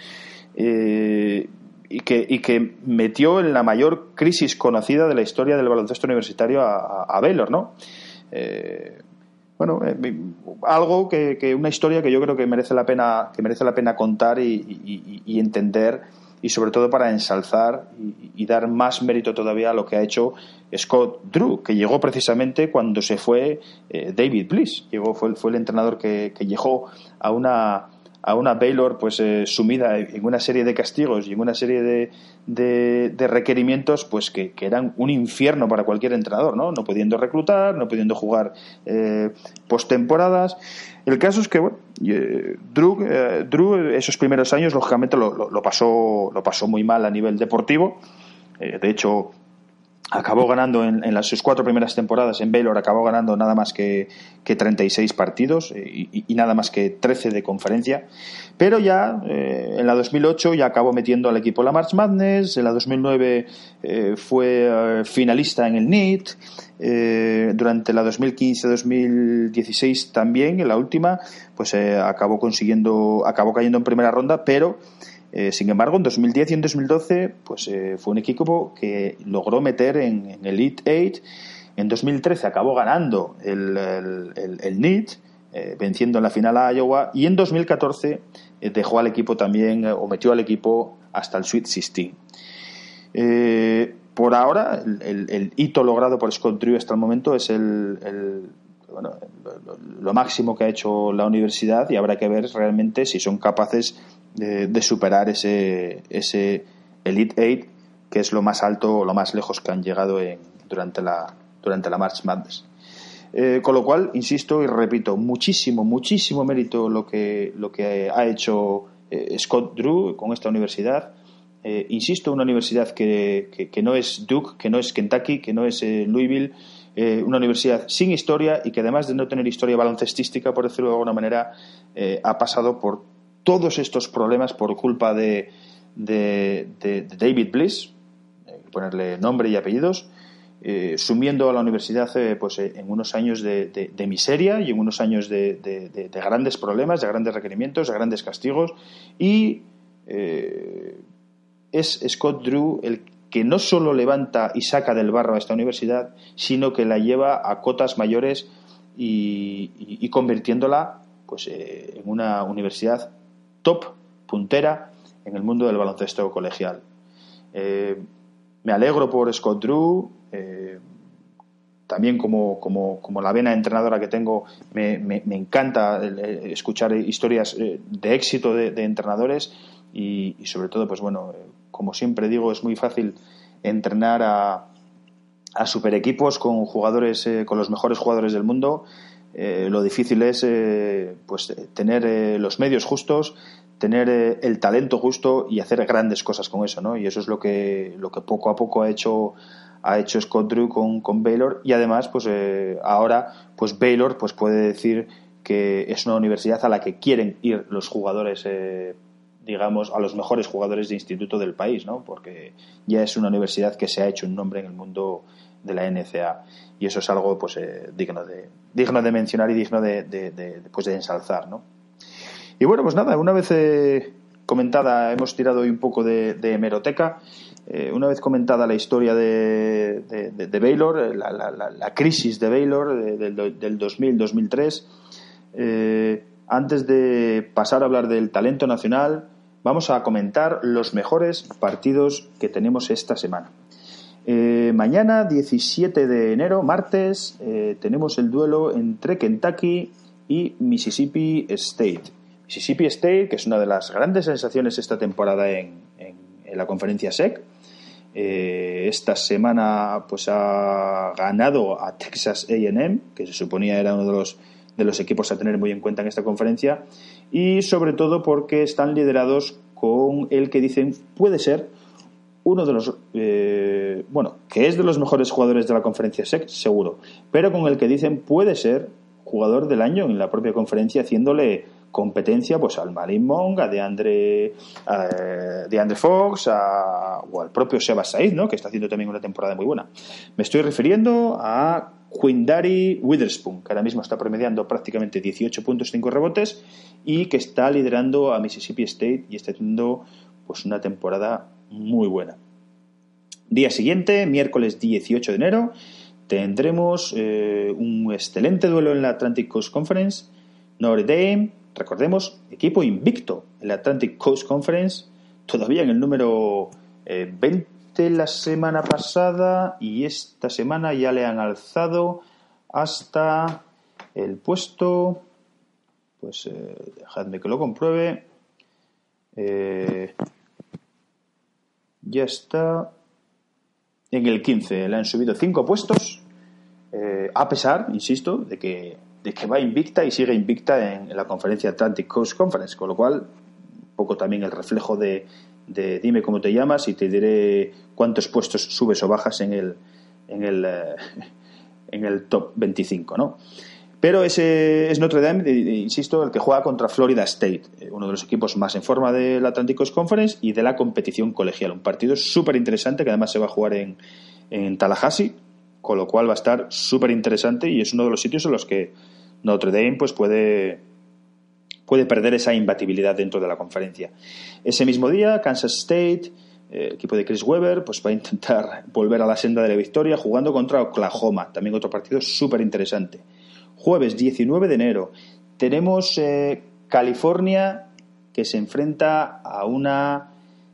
A: eh, Y que, y que metió en la mayor crisis conocida de la historia del baloncesto universitario a, a, a Baylor, ¿no? Eh, bueno, eh, algo que, que una historia que yo creo que merece la pena que merece la pena contar y, y, y entender, y sobre todo para ensalzar y, y dar más mérito todavía a lo que ha hecho Scott Drew, que llegó precisamente cuando se fue eh, David Bliss. Llegó fue, fue el entrenador que, que llegó a una a una Baylor pues eh, sumida en una serie de castigos y en una serie de, de, de requerimientos pues que, que eran un infierno para cualquier entrenador, ¿no? No pudiendo reclutar, no pudiendo jugar eh, postemporadas. El caso es que bueno, eh, Drew, eh, Drew esos primeros años lógicamente lo, lo, lo pasó lo pasó muy mal a nivel deportivo. Eh, de hecho acabó ganando en, en las sus cuatro primeras temporadas en Baylor, acabó ganando nada más que, que treinta y seis partidos y, y, y nada más que trece de conferencia. Pero ya eh, en la dos mil ocho ya acabó metiendo al equipo en la March Madness. En la dos mil nueve eh, fue eh, finalista en el N I T. Eh, durante la dos mil quince dos mil dieciséis también, en la última, pues eh, acabó consiguiendo, acabó cayendo en primera ronda, pero Eh, sin embargo, en dos mil diez y en dos mil doce pues, eh, fue un equipo que logró meter en, en el Elite ocho. En dos mil trece acabó ganando el, el, el, el N I T, eh, venciendo en la final a Iowa, y en dos mil catorce eh, dejó al equipo también, eh, o metió al equipo hasta el Sweet dieciséis. Eh, por ahora, el, el, el hito logrado por Scott Drew hasta el momento es el, el bueno, lo, lo máximo que ha hecho la universidad, y habrá que ver realmente si son capaces de, de superar ese, ese Elite ocho, que es lo más alto o lo más lejos que han llegado en, durante la durante la March Madness. Eh, con lo cual, insisto y repito, muchísimo, muchísimo mérito lo que, lo que ha hecho eh, Scott Drew con esta universidad. Eh, insisto, una universidad que, que, que no es Duke, que no es Kentucky, que no es eh, Louisville, eh, una universidad sin historia, y que además de no tener historia baloncestística, por decirlo de alguna manera, eh, ha pasado por todos estos problemas por culpa de, de, de, de David Bliss, eh, ponerle nombre y apellidos, eh, sumiendo a la universidad eh, pues, eh, en unos años de, de, de miseria y en unos años de, de, de, de grandes problemas, de grandes requerimientos, de grandes castigos. Y eh, es Scott Drew el que no solo levanta y saca del barro a esta universidad, sino que la lleva a cotas mayores y, y, y convirtiéndola pues, eh, en una universidad top, puntera en el mundo del baloncesto colegial. Eh, me alegro por Scott Drew. Eh, también como, como, como la vena entrenadora que tengo, me, me, me encanta escuchar historias de éxito de, de entrenadores y, y sobre todo, pues bueno, como siempre digo, es muy fácil entrenar a, a super equipos con jugadores, eh, con los mejores jugadores del mundo. Eh, lo difícil es eh, pues tener eh, los medios justos, tener eh, el talento justo y hacer grandes cosas con eso, ¿no? Y eso es lo que lo que poco a poco ha hecho ha hecho Scott Drew con, con Baylor, y además pues eh, ahora pues Baylor pues puede decir que es una universidad a la que quieren ir los jugadores, eh, digamos, a los mejores jugadores de instituto del país, ¿no? Porque ya es una universidad que se ha hecho un nombre en el mundo de la N C A A, y eso es algo pues eh, digno de digno de mencionar y digno de, de, de, pues, de ensalzar, ¿no? Y bueno, pues nada, una vez eh, comentada, hemos tirado hoy un poco de, de hemeroteca, eh, una vez comentada la historia de, de, de, de Baylor, la, la, la, la crisis de Baylor de, de, del dos mil dos mil tres, eh, antes de pasar a hablar del talento nacional, vamos a comentar los mejores partidos que tenemos esta semana. Eh, mañana, diecisiete de enero, martes, eh, tenemos el duelo entre Kentucky y Mississippi State. Mississippi State, que es una de las grandes sensaciones esta temporada en, en, en la conferencia S E C. Eh, esta semana pues ha ganado a Texas A and M, que se suponía era uno de los, de los equipos a tener muy en cuenta en esta conferencia, y sobre todo porque están liderados con el que dicen puede ser uno de los, eh, bueno, que es de los mejores jugadores de la conferencia S E C, seguro, pero con el que dicen puede ser jugador del año en la propia conferencia, haciéndole competencia pues al Malik Monk, a DeAndre, a DeAndre Fox, a, o al propio Sheba Said, ¿no? Que está haciendo también una temporada muy buena. Me estoy refiriendo a Quindary Witherspoon, que ahora mismo está promediando prácticamente dieciocho puntos, cinco rebotes, y que está liderando a Mississippi State y está haciendo pues una temporada muy buena. Día siguiente, miércoles dieciocho de enero, tendremos eh, un excelente duelo en la Atlantic Coast Conference. Notre Dame, recordemos, equipo invicto en la Atlantic Coast Conference, todavía en el número eh, veinte la semana pasada, y esta semana ya le han alzado hasta el puesto, pues eh, dejadme que lo compruebe, eh, ya está en el quince, le han subido cinco puestos, eh, a pesar, insisto, de que de que va invicta y sigue invicta en, en la conferencia Atlantic Coast Conference, con lo cual un poco también el reflejo de, de dime cómo te llamas y te diré cuántos puestos subes o bajas en el en el eh, en el top veinticinco, ¿no? Pero ese es Notre Dame, insisto, el que juega contra Florida State, uno de los equipos más en forma de la Atlantic Coast Conference y de la competición colegial, un partido súper interesante que además se va a jugar en, en Tallahassee, con lo cual va a estar súper interesante y es uno de los sitios en los que Notre Dame pues puede, puede perder esa imbatibilidad dentro de la conferencia. Ese mismo día, Kansas State, eh, equipo de Chris Webber, pues va a intentar volver a la senda de la victoria jugando contra Oklahoma, también otro partido súper interesante. Jueves diecinueve de enero tenemos eh, California, que se enfrenta a una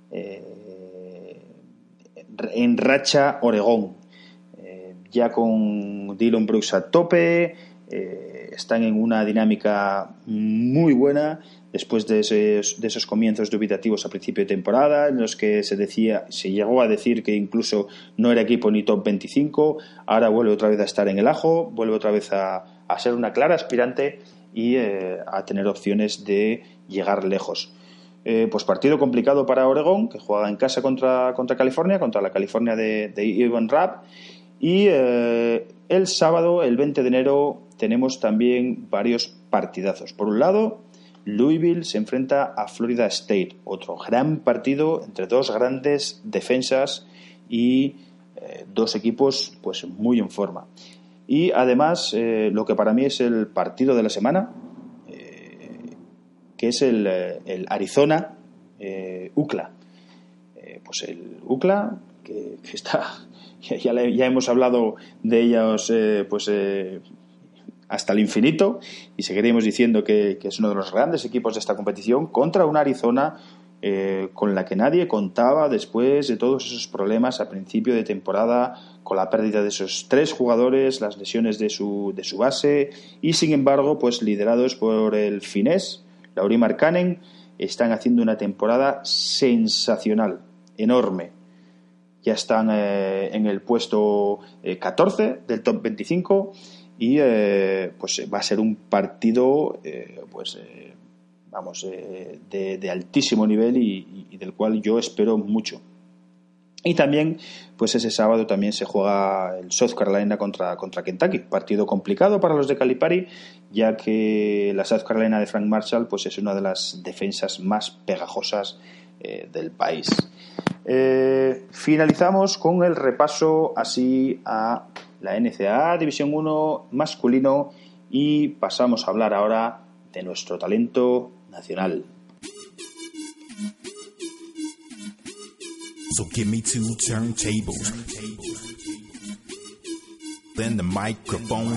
A: eh, en racha Oregón, eh, ya con Dillon Brooks a tope, eh, están en una dinámica muy buena después de esos, de esos comienzos dubitativos a principio de temporada, en los que se decía, se llegó a decir que incluso no era equipo ni top veinticinco, ahora vuelve otra vez a estar en el ajo, vuelve otra vez a, a ser una clara aspirante y eh, a tener opciones de llegar lejos. Eh, pues partido complicado para Oregón, que juega en casa contra, contra California, contra la California de, de Ivan Rapp, y eh, el sábado, el veinte de enero, tenemos también varios partidazos. Por un lado, Louisville se enfrenta a Florida State, otro gran partido entre dos grandes defensas y eh, dos equipos pues muy en forma. Y además, eh, lo que para mí es el partido de la semana, eh, que es el, el Arizona eh, U C L A. Eh, pues el U C L A, que, que está, ya, ya, ya hemos hablado de ellos eh, pues eh, hasta el infinito, y seguiremos diciendo que, que es uno de los grandes equipos de esta competición, contra un Arizona eh, con la que nadie contaba después de todos esos problemas a principio de temporada, con la pérdida de esos tres jugadores, las lesiones de su, de su base, y sin embargo, pues liderados por el finés, Lauri Markkanen, están haciendo una temporada sensacional, enorme. Ya están eh, en el puesto eh, catorce del top veinticinco y eh, pues va a ser un partido eh, pues eh, vamos eh, de, de altísimo nivel y, y del cual yo espero mucho. Y también pues ese sábado también se juega el South Carolina contra, contra Kentucky, partido complicado para los de Calipari, ya que la South Carolina de Frank Marshall pues es una de las defensas más pegajosas eh, del país. Eh, finalizamos con el repaso así a la N C A A División uno masculino y pasamos a hablar ahora de nuestro talento nacional.
B: So give me two turntables, then the microphone.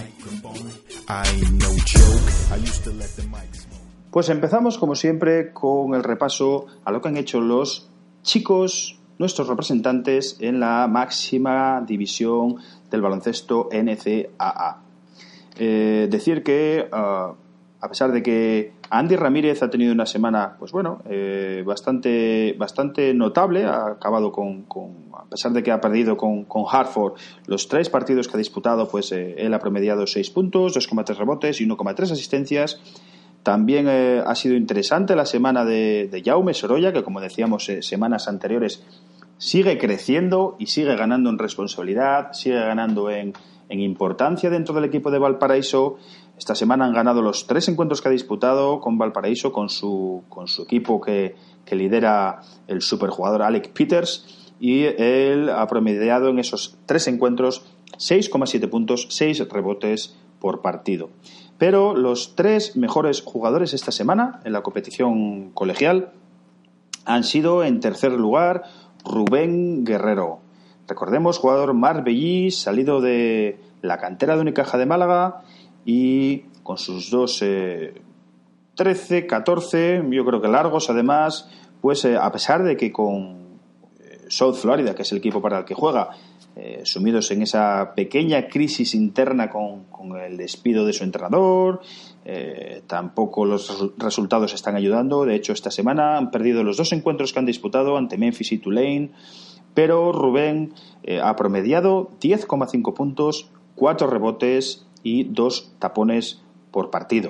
B: I ain't no joke. I used to let the mic smoke.
A: Pues empezamos como siempre con el repaso a lo que han hecho los chicos, nuestros representantes en la máxima división del baloncesto N C A A. Eh, decir que uh, a pesar de que Andy Ramírez ha tenido una semana, pues bueno, eh, bastante bastante notable, ha acabado con, con a pesar de que ha perdido con, con Hartford los tres partidos que ha disputado, pues eh, él ha promediado seis puntos, dos coma tres rebotes y uno coma tres asistencias. También eh, ha sido interesante la semana de, de Jaume Sorolla, que como decíamos eh, semanas anteriores sigue creciendo y sigue ganando en responsabilidad, sigue ganando en, en importancia dentro del equipo de Valparaíso. Esta semana han ganado los tres encuentros que ha disputado con Valparaíso, con su, con su equipo que, que lidera el superjugador Alec Peters, y él ha promediado en esos tres encuentros seis coma siete puntos, seis rebotes por partido. Pero los tres mejores jugadores esta semana en la competición colegial han sido, en tercer lugar, Rubén Guerrero. Recordemos, jugador marbellí, salido de la cantera de Unicaja de Málaga, y con sus dos eh, trece, catorce, yo creo que largos además, pues eh, a pesar de que con eh, South Florida, que es el equipo para el que juega, eh, sumidos en esa pequeña crisis interna con, con el despido de su entrenador, eh, tampoco los resultados están ayudando. De hecho, esta semana han perdido los dos encuentros que han disputado ante Memphis y Tulane, pero Rubén eh, ha promediado diez coma cinco puntos, cuatro rebotes y dos tapones por partido.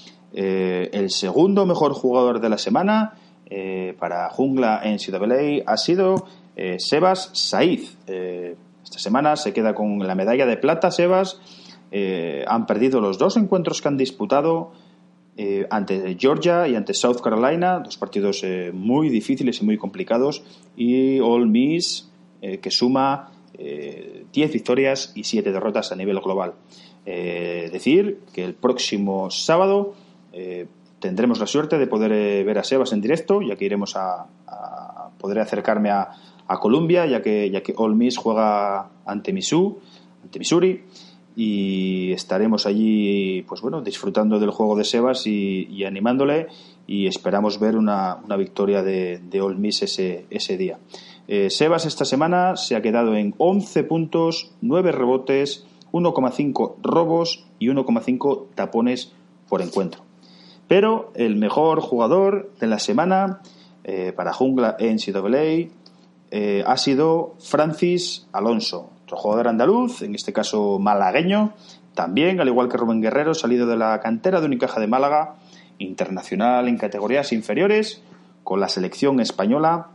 A: Eh, el segundo mejor jugador de la semana eh, para Jungla N C A A ha sido eh, Sebas Saiz. Eh, esta semana se queda con la medalla de plata Sebas. Eh, han perdido los dos encuentros que han disputado eh, ante Georgia y ante South Carolina, dos partidos eh, muy difíciles y muy complicados, y Ole Miss eh, que suma eh, diez victorias y siete derrotas a nivel global. Eh, decir que el próximo sábado eh, tendremos la suerte de poder eh, ver a Sebas en directo, ya que iremos a, a podré acercarme a, a Columbia, ya que ya que Ole Miss juega ante Mizzou, ante Missouri, y estaremos allí, pues bueno, disfrutando del juego de Sebas y, y animándole, y esperamos ver una, una victoria de, de Ole Miss ese, ese día. Eh, Sebas esta semana se ha quedado en once puntos, nueve rebotes, uno coma cinco robos y uno coma cinco tapones por encuentro. Pero el mejor jugador de la semana eh, para Jungla N C A A eh, ha sido Francis Alonso, otro jugador andaluz, en este caso malagueño, también, al igual que Rubén Guerrero, salido de la cantera de Unicaja de Málaga, internacional en categorías inferiores, con la selección española,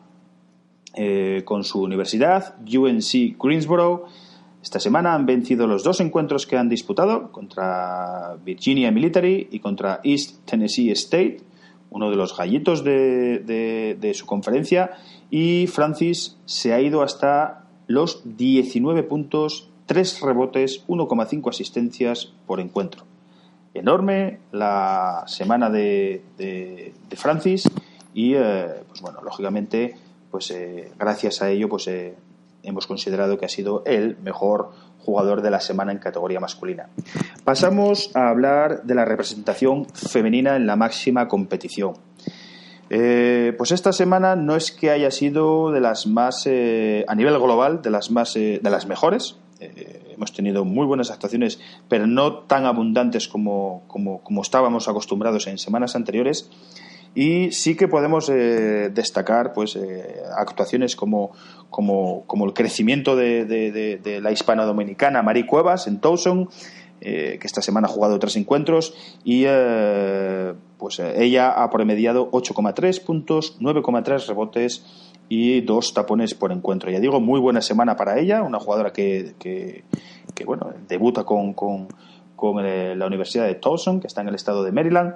A: eh, con su universidad, U N C Greensboro. Esta semana han vencido los dos encuentros que han disputado, contra Virginia Military y contra East Tennessee State, uno de los gallitos de, de, de su conferencia, y Francis se ha ido hasta los diecinueve puntos, tres rebotes, uno coma cinco asistencias por encuentro. Enorme la semana de, de, de Francis y, eh, pues bueno, lógicamente, pues eh, gracias a ello, pues eh, hemos considerado que ha sido el mejor jugador de la semana en categoría masculina. Pasamos a hablar de la representación femenina en la máxima competición. Eh, pues esta semana no es que haya sido de las más, eh, a nivel global, de las más, eh, de las mejores. Eh, hemos tenido muy buenas actuaciones, pero no tan abundantes como, como, como estábamos acostumbrados en semanas anteriores. Y sí que podemos eh, destacar pues eh, actuaciones como, como, como el crecimiento de, de, de, de la hispano-dominicana Mari Cuevas en Towson, eh, que esta semana ha jugado tres encuentros y eh, pues eh, ella ha promediado ocho coma tres puntos, nueve coma tres rebotes y dos tapones por encuentro. Ya digo, muy buena semana para ella, una jugadora que, que, que bueno, debuta con, con, con eh, la Universidad de Towson, que está en el estado de Maryland.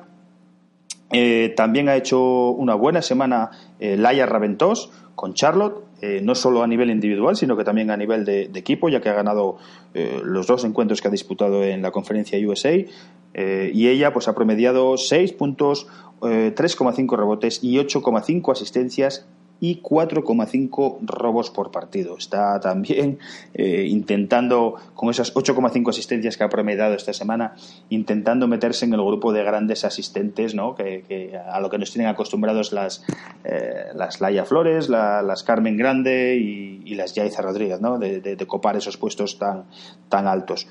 A: Eh, también ha hecho una buena semana eh, Laia Raventós con Charlotte, eh, no solo a nivel individual, sino que también a nivel de, de equipo, ya que ha ganado eh, los dos encuentros que ha disputado en la conferencia U S A, eh, y ella pues ha promediado seis puntos, eh, tres coma cinco rebotes y ocho coma cinco asistencias y cuatro coma cinco robos por partido. Está también eh, intentando, con esas ocho coma cinco asistencias que ha promediado esta semana, intentando meterse en el grupo de grandes asistentes, ¿no? que, que a lo que nos tienen acostumbrados las, eh, las Laia Flores, la, las Carmen Grande y, y las Yaiza Rodríguez, ¿no? de, de, de copar esos puestos tan, tan altos.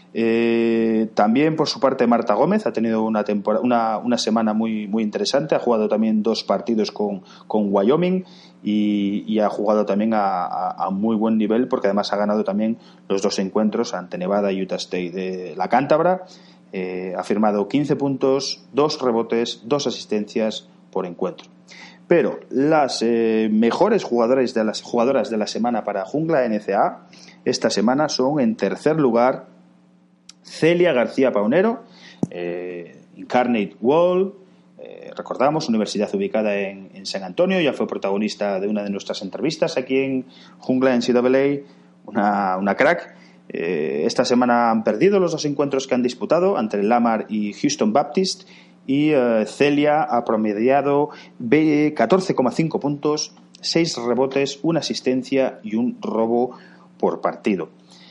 A: Eh, también por su parte Marta Gómez ha tenido una, tempora- una, una semana muy, muy interesante, ha jugado también dos partidos con, con Wyoming y, y ha jugado también a, a, a muy buen nivel, porque además ha ganado también los dos encuentros ante Nevada y Utah State. De la cántabra eh, ha firmado quince puntos, dos rebotes, dos asistencias por encuentro. Pero las eh, mejores jugadoras de las jugadoras de la semana para Jungla N C A A esta semana son, en tercer lugar, Celia García Paunero, eh, Incarnate Wall, eh, recordamos, universidad ubicada en, en San Antonio, ya fue protagonista de una de nuestras entrevistas aquí en Jungla N C A A, una, una crack. Eh, esta semana han perdido los dos encuentros que han disputado ante Lamar y Houston Baptist, y eh, Celia ha promediado catorce coma cinco puntos, seis rebotes, una asistencia y un robo por partido.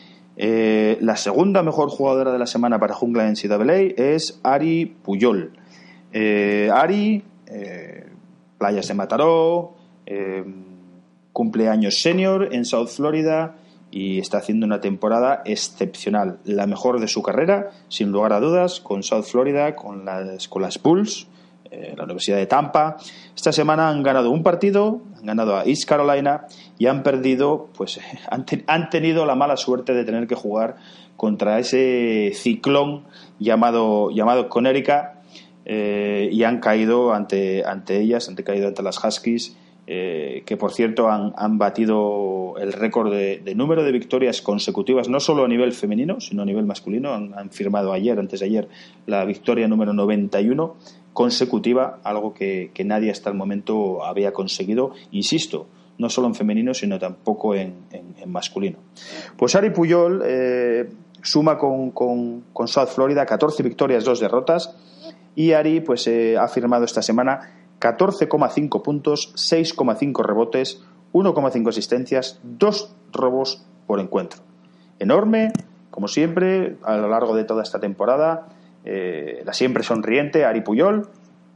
A: Eh, la segunda mejor jugadora de la semana para Jungla N C A A es Ari Puyol. Eh, Ari, eh, Playas de Mataró, eh, cumpleaños senior en South Florida y está haciendo una temporada excepcional, la mejor de su carrera, sin lugar a dudas, con South Florida, con las, con las Bulls, eh, la Universidad de Tampa. Esta semana han ganado un partido, han ganado a East Carolina y han perdido, pues han, te, han tenido la mala suerte de tener que jugar contra ese ciclón llamado, llamado Connecticut, eh, y han caído ante, ante ellas, han caído ante las Huskies, eh, que por cierto han, han batido el récord de, de número de victorias consecutivas, no solo a nivel femenino, sino a nivel masculino. Han, han firmado ayer, antes de ayer, la victoria número noventa y uno consecutiva, algo que, que nadie hasta el momento había conseguido, insisto, no solo en femenino, sino tampoco en, en, en masculino. Pues Ari Puyol eh, suma con, con, con South Florida catorce victorias, dos derrotas, y Ari pues eh, ha firmado esta semana catorce coma cinco puntos, seis coma cinco rebotes, uno coma cinco asistencias, dos robos por encuentro. Enorme, como siempre, a lo largo de toda esta temporada, eh, la siempre sonriente Ari Puyol,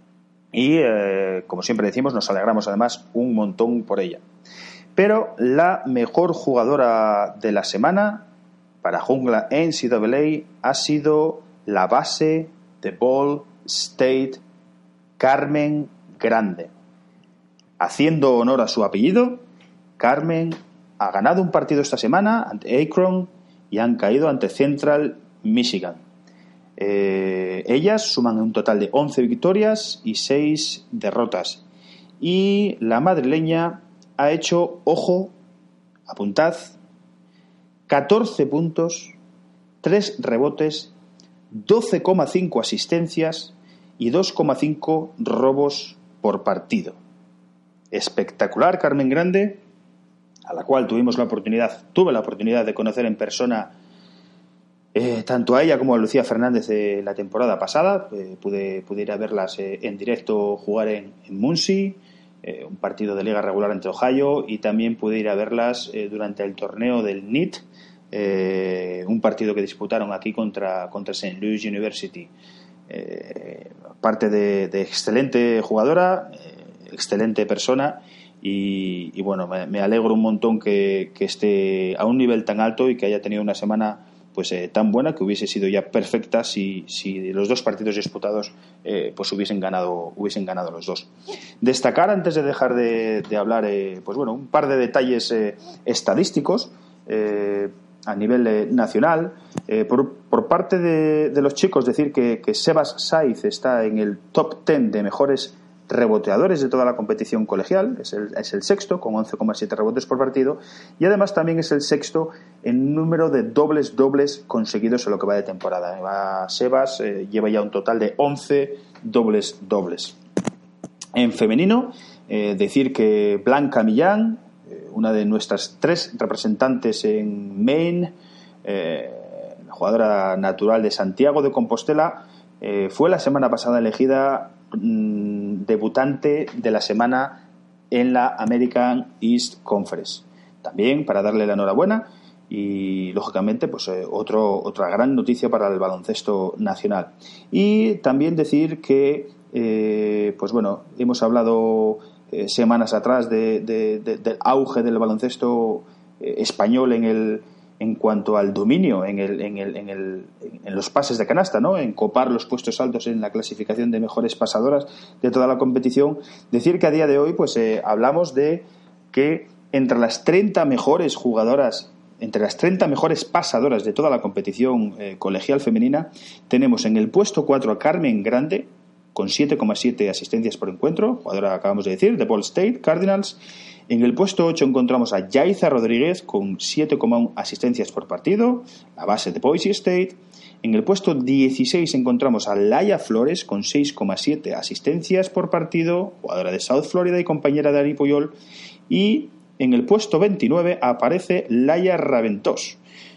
A: y eh, como siempre decimos, nos alegramos además un montón por ella. Pero la mejor jugadora de la semana para Jungla N C A A ha sido la base de Ball State, Carmen Grande. Haciendo honor a su apellido, Carmen ha ganado un partido esta semana ante Akron y han caído ante Central Michigan. Eh, ellas suman un total de once victorias y seis derrotas. Y la madrileña ha hecho, ojo, apuntad, catorce puntos, tres rebotes, doce coma cinco asistencias y dos coma cinco robos por partido. Espectacular Carmen Grande, a la cual tuvimos la oportunidad, tuve la oportunidad de conocer en persona eh, tanto a ella como a Lucía Fernández eh, la temporada pasada. Eh, pude, pude ir a verlas eh, en directo jugar en, en Muncie, eh, un partido de liga regular entre Ohio, y también pude ir a verlas eh, durante el torneo del N I T, eh, un partido que disputaron aquí contra, contra Saint Louis University. Eh, parte de, de excelente jugadora, eh, excelente persona y, y bueno, me, me alegro un montón que, que esté a un nivel tan alto y que haya tenido una semana pues eh, tan buena, que hubiese sido ya perfecta si, si los dos partidos disputados eh, pues hubiesen ganado hubiesen ganado los dos. Destacar, antes de dejar de, de hablar, eh, pues bueno, un par de detalles eh, estadísticos eh, a nivel eh, nacional. Eh, por, por parte de, de los chicos, decir que, que Sebas Saiz está en el top diez de mejores reboteadores de toda la competición colegial, es el, es el sexto con once coma siete rebotes por partido, y además también es el sexto en número de dobles dobles conseguidos en lo que va de temporada. Va Sebas, eh, lleva ya un total de once dobles dobles. En femenino, eh, decir que Blanca Millán, eh, una de nuestras tres representantes en Maine, eh, la jugadora natural de Santiago de Compostela, eh, fue la semana pasada elegida debutante de la semana en la American East Conference. También para darle la enhorabuena y lógicamente pues eh, otro, otra gran noticia para el baloncesto nacional. Y también decir que eh, pues bueno, hemos hablado eh, semanas atrás de, de, de, del auge del baloncesto eh, español en el en cuanto al dominio en, el, en, el, en, el, en los pases de canasta, ¿no? En copar los puestos altos en la clasificación de mejores pasadoras de toda la competición. Decir que a día de hoy pues eh, hablamos de que entre las treinta mejores jugadoras, entre las treinta mejores pasadoras de toda la competición eh, colegial femenina, tenemos en el puesto cuatro a Carmen Grande, con siete coma siete asistencias por encuentro, jugadora, acabamos de decir, de Ball State Cardinals. En el puesto ocho encontramos a Yaiza Rodríguez con siete coma uno asistencias por partido, la base de Boise State. En el puesto dieciséis encontramos a Laia Flores con seis coma siete asistencias por partido, jugadora de South Florida y compañera de Ari Puyol. Y en el puesto veintinueve aparece Laia Raventós.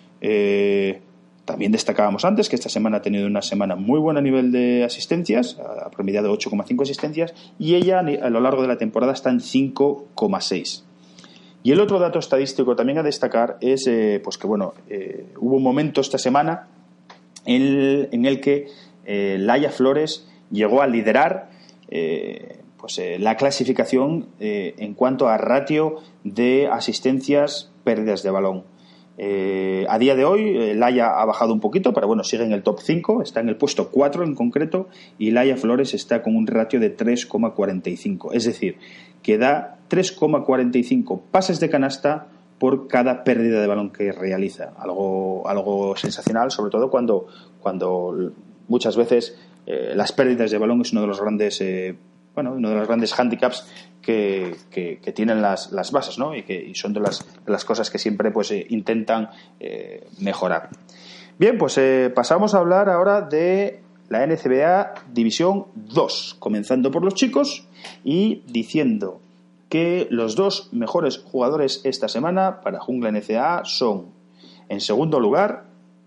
A: Eh, También destacábamos antes que esta semana ha tenido una semana muy buena a nivel de asistencias, ha promediado ocho coma cinco asistencias, y ella a lo largo de la temporada está en cinco coma seis. Y el otro dato estadístico también a destacar es eh, pues que bueno eh, hubo un momento esta semana en el, en el que eh, Laia Flores llegó a liderar eh, pues eh, la clasificación eh, en cuanto a ratio de asistencias pérdidas de balón. Eh, a día de hoy eh, Laia ha bajado un poquito, pero bueno, sigue en el top cinco, está en el puesto cuatro en concreto, y Laia Flores está con un ratio de tres coma cuarenta y cinco, es decir, que da tres coma cuarenta y cinco pases de canasta por cada pérdida de balón que realiza, algo, algo sensacional, sobre todo cuando, cuando muchas veces eh, las pérdidas de balón es uno de los grandes eh, bueno, uno de los grandes hándicaps que, que, que tienen las, las bases, ¿no? Y que y son de las, de las cosas que siempre pues eh, intentan eh, mejorar. Bien, pues eh, pasamos a hablar ahora de la N C B A División dos, comenzando por los chicos y diciendo que los dos mejores jugadores esta semana para Jungla N C A A son, en segundo lugar,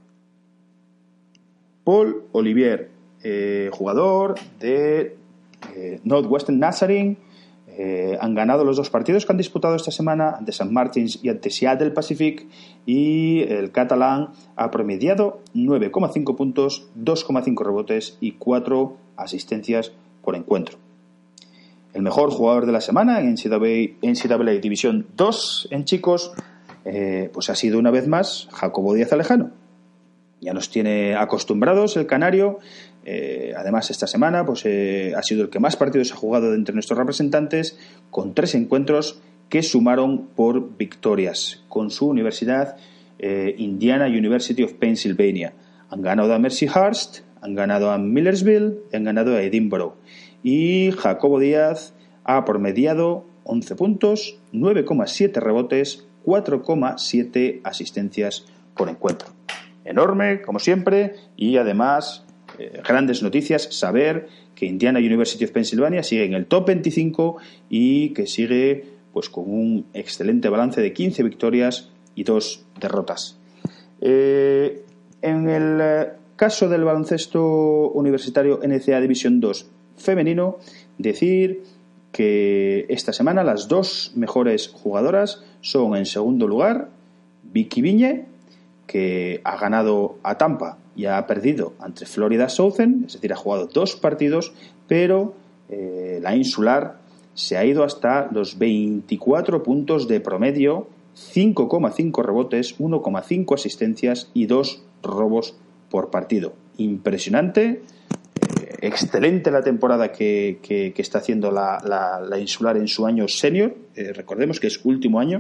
A: Paul Olivier, eh, jugador de Eh, Northwestern Nazarene. Eh, han ganado los dos partidos que han disputado esta semana ante Saint Martins y ante Seattle Pacific, y el catalán ha promediado nueve coma cinco puntos, dos coma cinco rebotes y cuatro asistencias por encuentro. El mejor jugador de la semana en N C double A, N C double A División dos en chicos eh, pues ha sido una vez más Jacobo Díaz Alejano. Ya nos tiene acostumbrados el canario. Eh, además, esta semana pues, eh, ha sido el que más partidos ha jugado de entre nuestros representantes, con tres encuentros que sumaron por victorias con su universidad, eh, Indiana University of Pennsylvania. Han ganado a Mercyhurst, han ganado a Millersville y han ganado a Edinburgh. Y Jacobo Díaz ha promediado once puntos, nueve coma siete rebotes, cuatro coma siete asistencias por encuentro. Enorme, como siempre, y además eh, grandes noticias, saber que Indiana University of Pennsylvania sigue en el top veinticinco y que sigue pues con un excelente balance de quince victorias y dos derrotas. Eh, en el eh, caso del baloncesto universitario N C A A División dos femenino, decir que esta semana las dos mejores jugadoras son, en segundo lugar, Vicky Viñe, que ha ganado a Tampa y ha perdido ante Florida Southern, es decir, ha jugado dos partidos, pero eh, la insular se ha ido hasta los veinticuatro puntos de promedio, cinco coma cinco rebotes, uno coma cinco asistencias y dos robos por partido. Impresionante, eh, excelente la temporada que, que, que está haciendo la, la, la Insular en su año senior. Eh, recordemos que es último año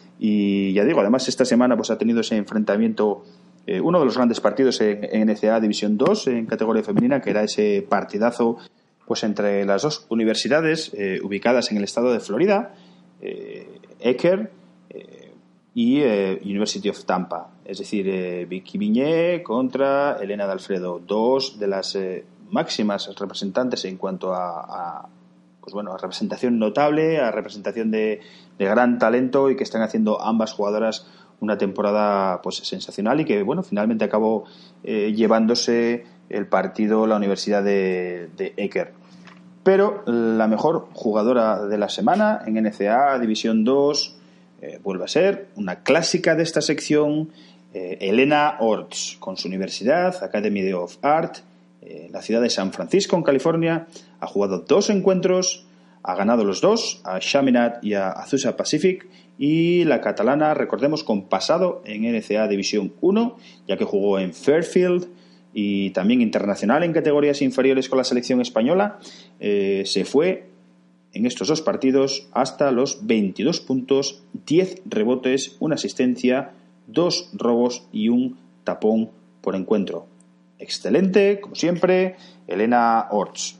A: y ya digo, además esta semana pues ha tenido ese enfrentamiento, eh, uno de los grandes partidos en, en N C A A División dos en categoría femenina, que era ese partidazo pues entre las dos universidades eh, ubicadas en el estado de Florida, eh, Eker eh, y eh, University of Tampa, es decir, eh, Vicky Viñé contra Elena D'Alfredo, dos de las eh, máximas representantes en cuanto a, a pues bueno, a representación notable, a representación de, de gran talento, y que están haciendo ambas jugadoras una temporada pues sensacional, y que bueno, finalmente acabó eh, llevándose el partido la Universidad de, de Eker. Pero la mejor jugadora de la semana en N C A A División dos eh, vuelve a ser una clásica de esta sección, eh, Elena Orts, con su universidad, Academy of Art, eh, en la ciudad de San Francisco, en California. Ha jugado dos encuentros, ha ganado los dos, a Chaminade y a Azusa Pacific, y la catalana, recordemos, con pasado en N C A A División uno, ya que jugó en Fairfield y también internacional en categorías inferiores con la selección española, eh, se fue en estos dos partidos hasta los veintidós puntos, diez rebotes, una asistencia, dos robos y un tapón por encuentro. Excelente, como siempre, Elena Orts.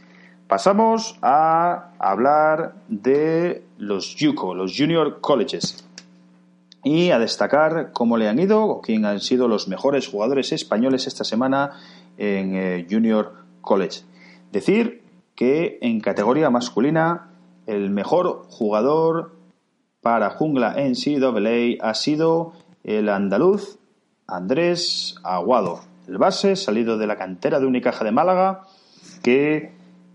A: Pasamos a hablar de los JUCO, los Junior Colleges, y a destacar cómo le han ido o quién han sido los mejores jugadores españoles esta semana en eh, Junior College. Decir que en categoría masculina el mejor jugador para Jungla N C A A ha sido el andaluz Andrés Aguado, el base salido de la cantera de Unicaja de Málaga, que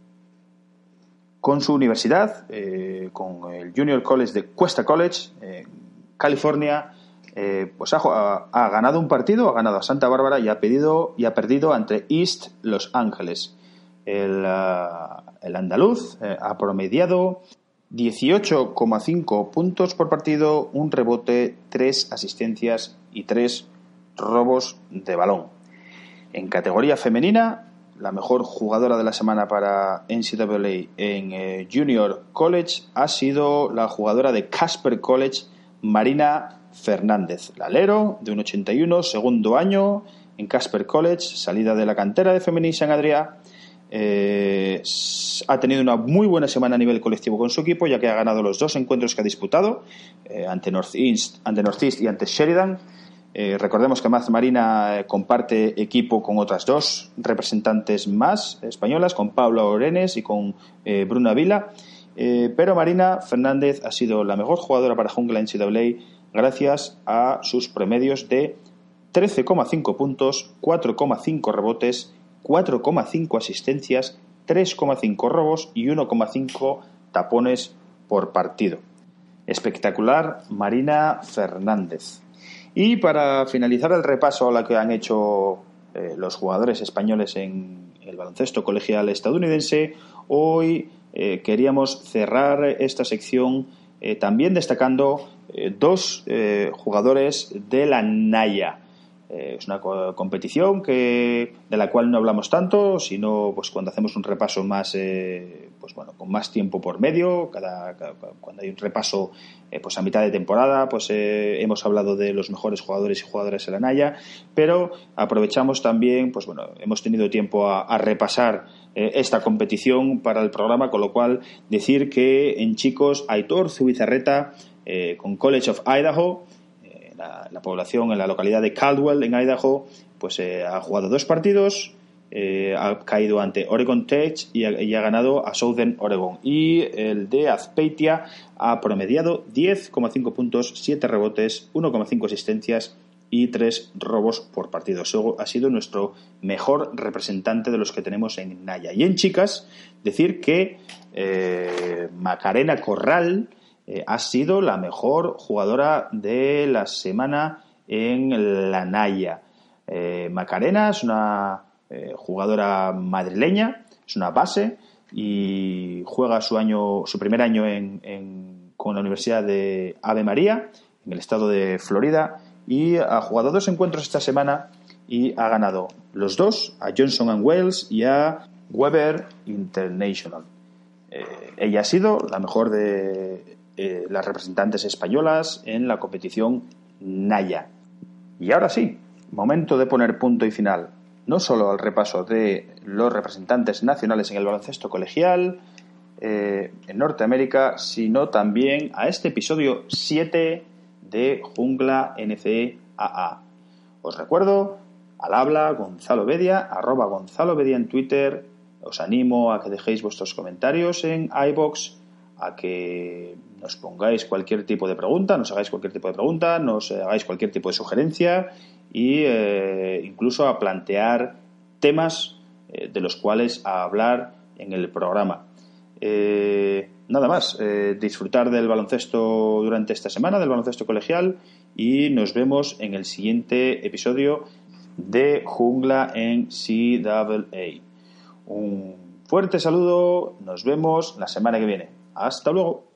A: con su universidad, eh, con el Junior College de Cuesta College, eh, California, eh, pues ha, ha ganado un partido, ha ganado a Santa Bárbara y ha, pedido, y ha perdido ante East Los Ángeles. El, uh, el andaluz eh, ha promediado dieciocho coma cinco puntos por partido, un rebote, tres asistencias y tres robos de balón. En categoría femenina, la mejor jugadora de la semana para N C A A en eh, Junior College ha sido la jugadora de Casper College, Marina Fernández, la alero de un ochenta y uno, segundo año en Casper College, salida de la cantera de Femení San Adrià. Eh, ha tenido una muy buena semana a nivel colectivo con su equipo, ya que ha ganado los dos encuentros que ha disputado, eh, ante Northeast, ante Northeast y ante Sheridan. Eh, recordemos que Maz Marina eh, comparte equipo con otras dos representantes más españolas, con Paula Orenes y con eh, Bruna Vila. Eh, pero Marina Fernández ha sido la mejor jugadora para Jungla N C A A gracias a sus promedios de trece coma cinco puntos, cuatro coma cinco rebotes, cuatro coma cinco asistencias, tres coma cinco robos y uno coma cinco tapones por partido. Espectacular Marina Fernández. Y para finalizar el repaso a lo que han hecho eh, los jugadores españoles en el baloncesto colegial estadounidense, hoy Eh, queríamos cerrar esta sección eh, también destacando eh, dos eh, jugadores de la Naya. Eh, es una co- competición que de la cual no hablamos tanto, sino pues cuando hacemos un repaso más, eh, pues bueno, con más tiempo por medio, cada, cada cuando hay un repaso eh, pues a mitad de temporada, pues eh, hemos hablado de los mejores jugadores y jugadoras de la Naya, pero aprovechamos también, pues bueno, hemos tenido tiempo a, a repasar eh, esta competición para el programa, con lo cual decir que en chicos Aitor Zubizarreta eh, con College of Idaho, La, la población en la localidad de Caldwell, en Idaho, pues eh, ha jugado dos partidos, eh, ha caído ante Oregon Tech y ha, y ha ganado a Southern Oregon. Y el de Azpeitia ha promediado diez coma cinco puntos, siete rebotes, uno coma cinco asistencias y tres robos por partido. Eso ha sido nuestro mejor representante de los que tenemos en Naya. Y en chicas, decir que eh, Macarena Corral Eh, ha sido la mejor jugadora de la semana en la Naya. Eh, Macarena es una eh, jugadora madrileña, es una base y juega su año, su primer año en, en, con la Universidad de Ave María, en el estado de Florida, y ha jugado dos encuentros esta semana y ha ganado los dos, a Johnson and Wales y a Weber International. Eh, ella ha sido la mejor de eh, las representantes españolas en la competición Naya. Y ahora sí, momento de poner punto y final, no solo al repaso de los representantes nacionales en el baloncesto colegial eh, en Norteamérica, sino también a este episodio siete de Jungla N C A A. Os recuerdo, al habla Gonzalo Bedia, arroba Gonzalo Bedia en Twitter. Os animo a que dejéis vuestros comentarios en iVoox, a que nos pongáis cualquier tipo de pregunta, nos hagáis cualquier tipo de pregunta, nos hagáis cualquier tipo de sugerencia y eh, incluso a plantear temas eh, de los cuales a hablar en el programa. Eh, nada más, eh, disfrutar del baloncesto durante esta semana, del baloncesto colegial, y nos vemos en el siguiente episodio de Jungla en C A A. Un fuerte saludo, nos vemos la semana que viene. Hasta luego.